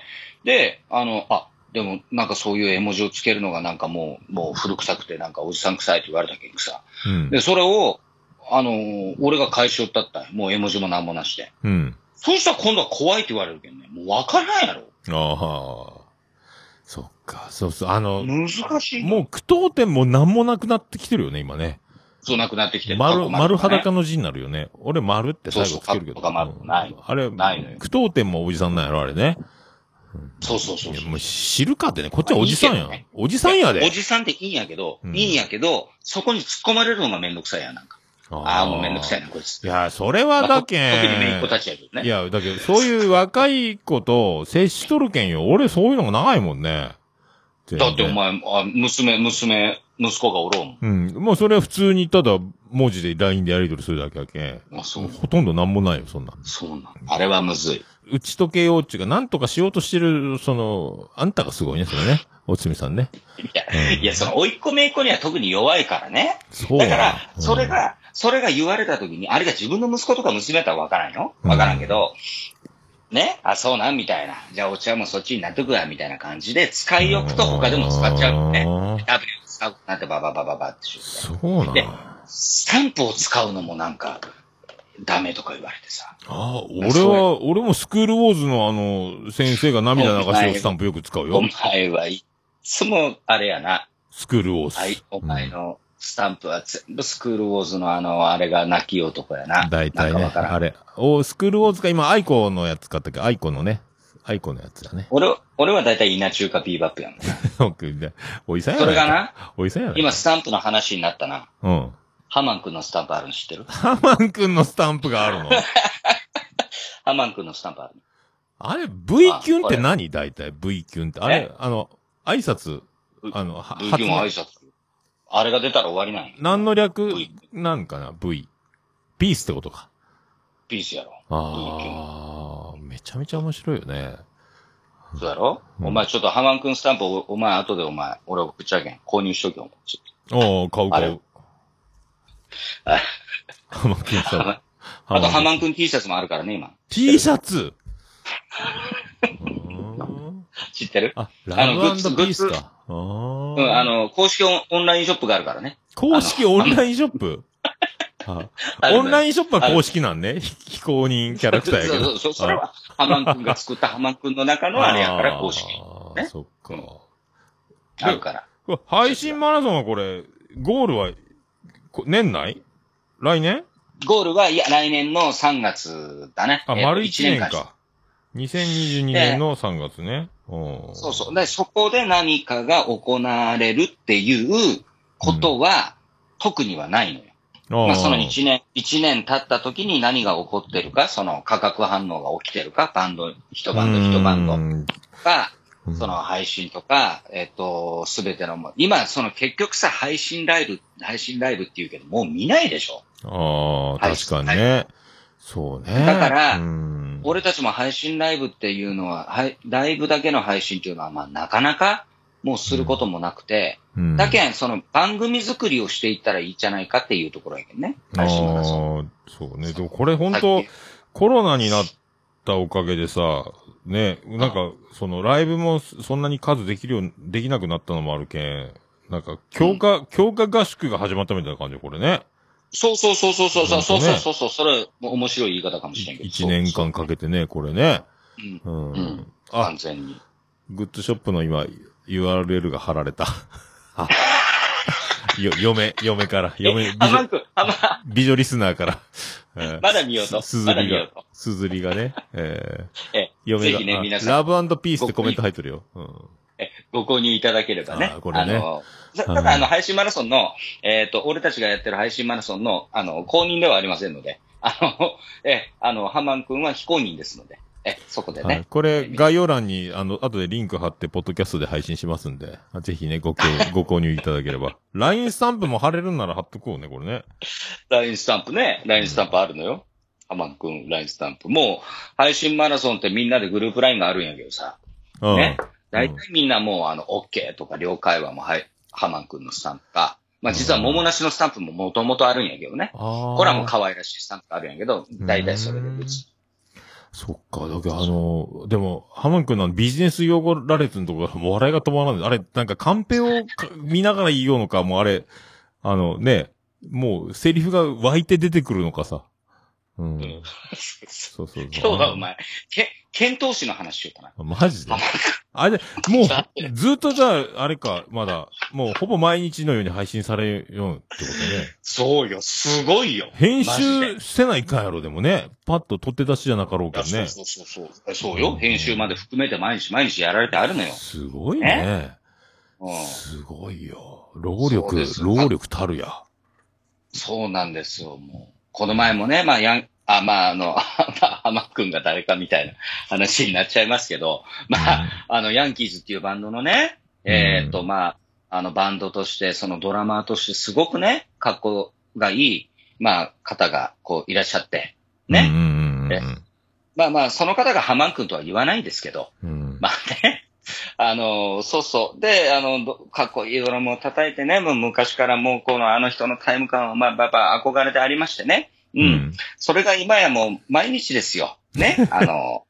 で、あの、あ、でも、なんかそういう絵文字をつけるのがなんかもう、もう古臭くてなんかおじさん臭いって言われたけんさ。うん、で、それを、あのー、俺が返しよったったもう絵文字もなんもなして。うん。そうしたら今度は怖いって言われるけんね。もうわからんやろ。
ああ。そっか、そうそう、あの、
難しい。
もう句読点もなんもなくなってきてるよね、今ね。
そうなくなってきてる。
丸、ね、丸裸の字になるよね。俺丸って最後つけるけど。
そうそう、丸ない。
あれ、
ないのよ。
句読点もおじさんなんやろ、あれね。
そうそうそうそう。
もう知るかってね、こっちはおじさんやん。ね、おじさんやで。
おじさんっていいんやけど、うん、いいんやけど、そこに突っ込まれるのがめんどくさいやん、なんか。ああ、もうめんどくさいな、こいつ。
いや、それはだけん。
まあ、特にめいっ子たちやけどね。
いや、だけど、そういう若い子と接しとるけんよ。俺そういうのがないもんね。
だってお前、あ、娘、娘、息子がおろん。
うん。もうそれは普通にただ文字で ライン でやり取りするだけやけん。
あ、そう。
ほとんどなんもないよ、そんな。
そうなん。あれはむずい。
打ち解けようっていうか、なんとかしようとしてる、その、あんたがすごいね、それね。おつみさんね。
いや、うん、いや、その、おいっ子めいっ子には特に弱いからね。
そう
だから、それが、うん、それが言われた時に、あれが自分の息子とか娘だったらわからんよ。わからんけど、うん、ね、あ、そうなんみたいな。じゃあお茶もそっちになっとくわ、みたいな感じで、使い置くと他でも使っちゃうよね。ダブリュー使うなってバババババってしょ。
そうなん
で、スタンプを使うのもなんか、ダメとか言われてさ。
ああ、俺は、俺もスクールウォーズのあの、先生が涙流してるスタンプよく使うよ。
お前はいつも、あれやな。
スクールウォーズ。
はい、お前のスタンプは全部スクールウォーズのあの、あれが泣き男やな。
大体ね。あれ。お、スクールウォーズか今、アイコのやつ買ったけど、アイコのね。アイコのやつだね。
俺、俺は大体稲中かビーバップやんな。
おいさんやな。
それがな。
おいさんやな。
今スタンプの話になったな。
うん。
ハマン君のスタンプあるの知ってる？
ハマン君のスタンプがあるの
ハマン君のスタンプあるの。
あれ、V キュンって何大体 V キュンって。あれ、あの、挨拶。あの、
は、V キュンは挨拶。あれが出たら終わりなんや。
何の略なんかな ?V。ピースってことか。
ピースやろ。
ああ、めちゃめちゃ面白いよね。
そうやろ、うん、お前ちょっとハマン君スタンプお、お前後でお前、俺送っちゃけん。購入しとけよ。
おー、買う買う。ハマン君スタンプ。
あとハマン君 T シャツもあるからね、今。
T シャツ
知ってる？
あ、ラブ&ピースか。
うん、あの、公式オンラインショップがあるからね。
公式オンラインショップオンラインショップは公式なんね。非公認キャラクターやけど。
そうそうそう。それは、ハマン君が作ったハマン君の中のあれやから公式。
ね。そっか。
あるから。
配信マラソンはこれ、ゴールは、年内？来年？
ゴールは、いや、来年のさんがつだね。
あ、丸いちねんか。にせんにじゅうにねんのさんがつね。
そうそう。で、そこで何かが行われるっていうことは、特にはないのよ。まあ、そのいちねん、一年経った時に何が起こってるか、その化学反応が起きてるか、バンド、一バンド一バンドが、その配信とか、えっと、すべての、今、その結局さ、配信ライブ、配信ライブって言うけど、もう見ないでしょ。
ああ、確かにね。そうね。
だから、俺たちも配信ライブっていうのは、はい、ライブだけの配信っていうのは、まあ、なかなか、もうすることもなくて、うん、だけん、その番組作りをしていったらいいじゃないかっていうところやけんね。配信マラソン。
そうね。でもこれ本当コロナになったおかげでさ、ね、なんか、そのライブもそんなに数できるよう、できなくなったのもあるけん、なんか、強化、うん、強化合宿が始まったみたいな感じこれね。
そうそうそうそうそう、そうそうそうそう、それ、面白い言い方かもしれんけど。
一年間かけてね、これね。
うん。うん。完全に。
グッズショップの今、ユーアールエル が貼られた。 よ、嫁、嫁から、嫁、美女、美女リスナーから。
まだ見ようと。
すずりが、すずりがね、え
ー、え、嫁が、ぜひね、皆さん。
ラブ&ピースってコメント入ってるよ。うん。
え、ご購入いただければね。
あ、これね。
あの、ただ、あの、配信マラソンの、えっと、俺たちがやってる配信マラソンの、あの、公認ではありませんので、あの、え、あの、ハマン君は非公認ですので。え、そこでね。はい、
これ、概要欄に、あの、後でリンク貼って、ポッドキャストで配信しますんで、ぜひね、ご、ご購入いただければ。ライン スタンプも貼れるんなら貼っとこうね、これね。
ライン スタンプね。ライン スタンプあるのよ。ハマンくん、ライン スタンプ。もう、配信マラソンってみんなでグループラインがあるんやけどさ。うん、ね。大体みんなもう、あの、OK とか了解はもう、はい、ハマンくんのスタンプか。まあ、実は桃梨のスタンプももともとあるんやけどね。これはもう可愛らしいスタンプがあるんやけど、大体それでうち。
そっか、だけどあの、でも、ハマン君のビジネス用語羅列のところもう笑いが止まらない。あれ、なんかカンペを見ながら言いようのか、もうあれ、あのね、もうセリフが湧いて出てくるのかさ。うん。うん、そうそうそう。
今日はお前、け、検討士の話しようかな。
マジであれ、もう、ずっとじゃあ、あれか、まだ、もうほぼ毎日のように配信されるよってことね。
そうよ、すごいよ。
編集せないかんやろ、でもね。パッと取って出しじゃなかろうけどね。
そうそうそうそう。そうよ、うん、編集まで含めて毎日毎日やられてあるのよ。
すごいね。うん、すごいよ。労力、労力たるや。
そうなんですよ、もう。この前もね、まあ、やん、あ、まあ、あの、ハマくんが誰かみたいな話になっちゃいますけど、まあ、うん、あの、ヤンキーズっていうバンドのね、えー、っと、まあ、あの、バンドとして、そのドラマーとしてすごくね、格好がいい、まあ、方が、こう、いらっしゃって、ね。うんうんうん、まあまあ、その方がハマン君とは言わないですけど、うん、まあね、あの、そうそう。で、あの、かっこいいドラムを叩いてね、もう昔からもうこのあの人のタイム感は、まあ、やっぱ憧れてありましてね。うん。うん、それが今やもう毎日ですよ。ね。あの、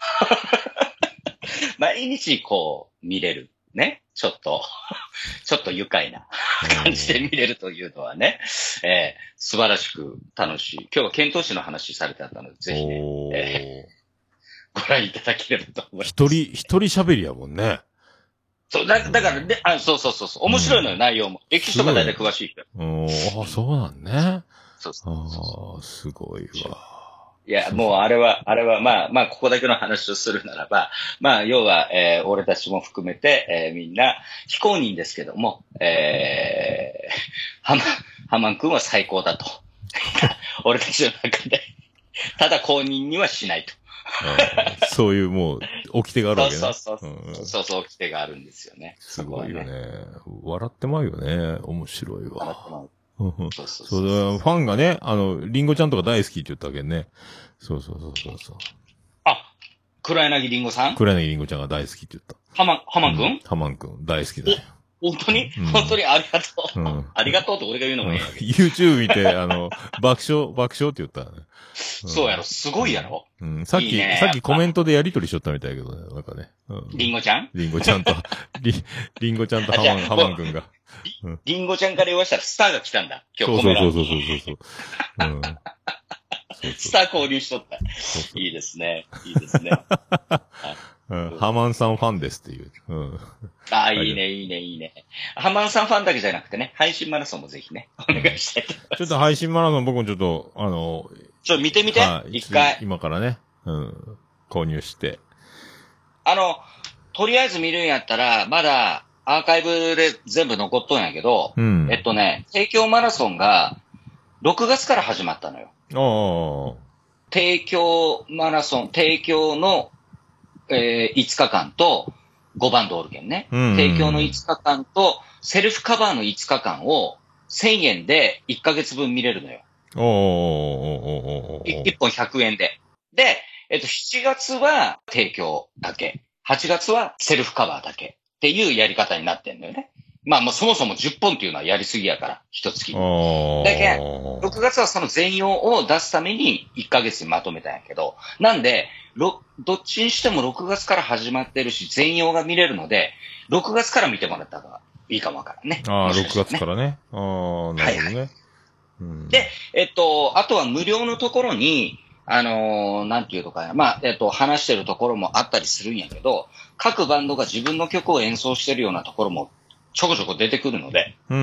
毎日こう見れる。ね。ちょっと、ちょっと愉快な感じで見れるというのはね、えー、素晴らしく楽しい。今日は検討士の話されてあったので、ぜひね、えー、ご覧いただければと思います。
一人、一人喋りやもんね。
そう、だ、だから、で、あ、そうそうそうそう、面白いのよ、うん、内容も。歴史とか大体詳しい人。
おあ、そうなんね。
そうそうそう。
ああ、すごいわ。
いや、もうあれは、あれは、まあ、まあ、ここだけの話をするならば、まあ、要は、えー、俺たちも含めて、えー、みんな、非公認ですけども、えー、ハマ、ハマン君は最高だと。俺たちの中で、ただ公認にはしないと。
そういうもう、掟があるわけね。
そうそうそう。うん、そうそう、掟があるんですよね。
すごいよね。笑ってまうよね。面白いわ。笑ってまう。そうそうそう。そう、ファンがね、あの、リンゴちゃんとか大好きって言ったわけね。そうそうそうそうそう。
あ、黒柳りんごさん
黒柳りんごちゃんが大好きって言った。
ハマン、ハマンくん
ハマンくん大好きだよ。
本当に、うん、本当にありがとう。うん、ありがとうって俺が言うのもいい、うん、
YouTube 見て、あの、爆笑、爆笑って言った、ね
うん。そうやろ、すごいやろ。
うん。さっきいい、ね、さっきコメントでやりとりしとったみたいやけどね、なんかね。
りんごちゃん
りんごちゃんと、り、りんごちゃんとハマン、ハマンくんが。
りんごちゃんから言わしたらスターが来たんだ。今日
そうそうそうそうそうそう。うん。そう
そうスター交流しとった。そうそういいですね。いいですね。
うん、ハマンさんファンですっていう。うん、
ああ、いいね、いいね、いいね。ハマンさんファンだけじゃなくてね、配信マラソンもぜひね、お願いしたいと思います。
ちょっと配信マラソン僕もちょっと、あの、
ちょっと見てみて、はい、一回。
今からね、うん、購入して。
あの、とりあえず見るんやったら、まだアーカイブで全部残っとんやけど、うん、えっとね、提供マラソンがろくがつから始まったのよ。
ああ。
提供マラソン、提供のえー、いつかかんとごバンドおるけんね。うんうん、提供のいつかかんとセルフカバーのいつかかんをせんえんでいっかげつぶん見れるのよ。
おーおーおーおーおー
いっぽんひゃくえんで。で、えっと、しちがつは提供だけ。はちがつはセルフカバーだけ。っていうやり方になってんのよね。まあもうそもそもじゅっぽんっていうのはやりすぎやから、一月に。だけど、ろくがつはその全容を出すためにいっかげつにまとめたんやけど、なんで、どっちにしてもろくがつから始まってるし、全容が見れるので、ろくがつから見てもらった方がいいかもわからんね。
ああ、ろくがつからね。ああ、なるほどね。はいはい
うん、で、えっと、あとは無料のところに、あのー、なんていうのかな、まあ、えっと、話してるところもあったりするんやけど、各バンドが自分の曲を演奏してるようなところもちょこちょこ出てくるので、
うん。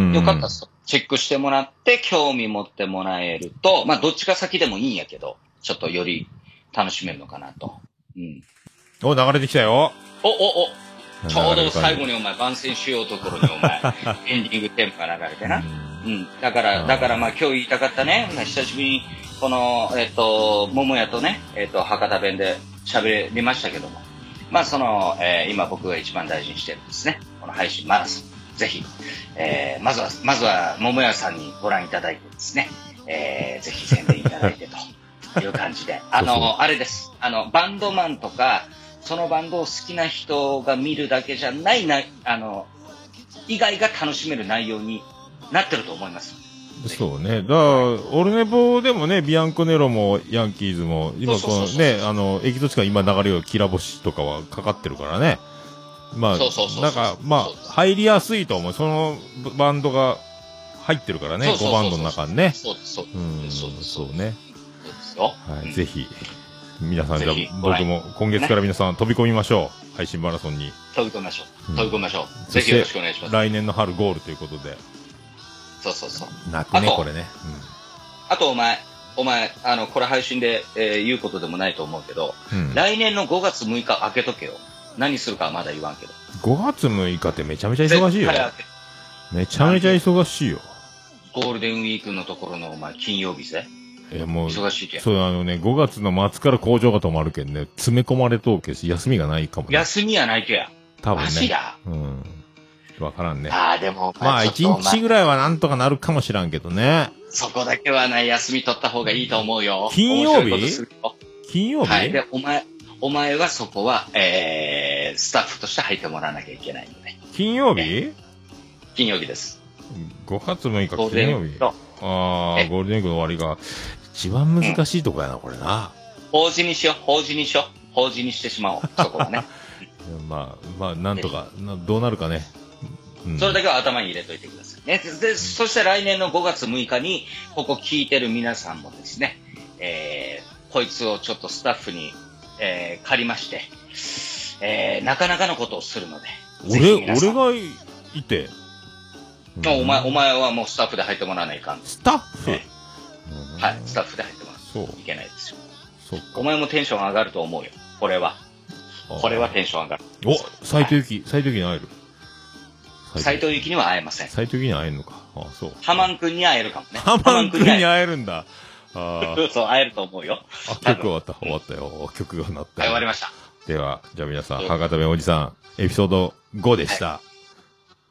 よかったらチェックしてもらって、興味持ってもらえると、まあ、どっちが先でもいいんやけど、ちょっとより楽しめるのかなと。うん。
お、流れてきたよ。
お、お、お。ちょうど最後にお前、番宣しようところにお前、エンディングテンポが流れてな。うん。だから、だからまあ今日言いたかったね、久しぶりに、この、えっと、桃屋とね、えっと、博多弁で喋りましたけども、まあその、えー、今僕が一番大事にしてるんですね、この配信マラソン。ぜひ、えー、まずは、まずは桃屋さんにご覧いただいてですね、えー、ぜひ宣伝いただいてという感じで、あの、そうそうあれです。あの、バンドマンとか、そのバンドを好きな人が見るだけじゃないな、あの、以外が楽しめる内容になってると思います。
そうね。だから、オルネポでもね、ビアンコネロもヤンキーズも、今このね、あの、エキゾチカ今流れるキラ星とかはかかってるからね。まあ、なんか、まあ、入りやすいと思う。そのバンドが入ってるからね、ごバンドの中にね。
そうです、そう
です。そうです、そうね。そう
ですよ。
はい、ぜひ。皆さん、じゃあ僕も今月から皆さん飛び込みましょう。配信マラソンに。
飛び込みましょう。飛び込みましょう。ぜひよろしくお願いします。
来年の春ゴールということで。
そうそうそう。
泣くね、これね。
あとお前、お前、あの、これ配信で、えー、言うことでもないと思うけど、うん、来年のごがつむいか開けとけよ。何するかはまだ言わんけど。
ごがつむいかってめちゃめちゃ忙しいよ。めちゃめちゃ忙しいよ。
ゴールデンウィークのところのお前、金曜日ぜ。
え、もう、
忙しいけん。
そう、あのね、ごがつの末から工場が止まるけんね、詰め込まれとうけし、休みがないかもね。
休みはないけや。
多分ね。
マジや。
うん。わからんね。
ああ、でも、
まあ、一日ぐらいはなんとかなるかもしらんけどね。
そこだけはね、休み取った方がいいと思うよ。
金曜日金曜日
はい。で、お前、お前はそこは、えー、スタッフとして入ってもらわなきゃいけないので。
金曜日、
ね、金曜日です。
ごがつむいか金曜日。ああ、ゴールデンウィークの終わりが、一番難しいとこやな、うん、これな。
法事にしよう、法事にしよう。法事にしてしまおう、そこはね。
まあ、まあ、なんとか、などうなるかね。
うん、それだけは頭に入れといてくださいね。で、そして来年のごがつむいかに、ここ聞いてる皆さんもですね、えー、こいつをちょっとスタッフに、えー、借りまして、えー、なかなかのことをするので。
俺、俺がいて。
うん、お前、お前はもうスタッフで入ってもらわないかん。
スタッフ、ね、
はい、スタッフで入ってもらう。
そう。
いけないですよ。
そう
お前もテンション上がると思うよ。これは。これはテンション上がる。
お、斉藤由貴、斉藤由貴に会える
斉藤由貴には会えません。
斉藤由貴に会えるのか。ああ、そう。
ハマン君に会えるかもね。
ハマン君に会えるんだ。
ああ。そう、会えると思うよ。
あ、曲終わった、終わったよ。曲が鳴ったよ。
はい、終わりました。
では、じゃあ皆さん、博多弁おじさん、エピソードごでした。はい、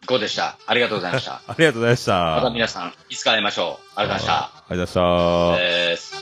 ごでした。ありがとうございました。
ありがとうございました。
また皆さん、いつか会いましょう。ありがとうございました。
ありがとうございました。
です。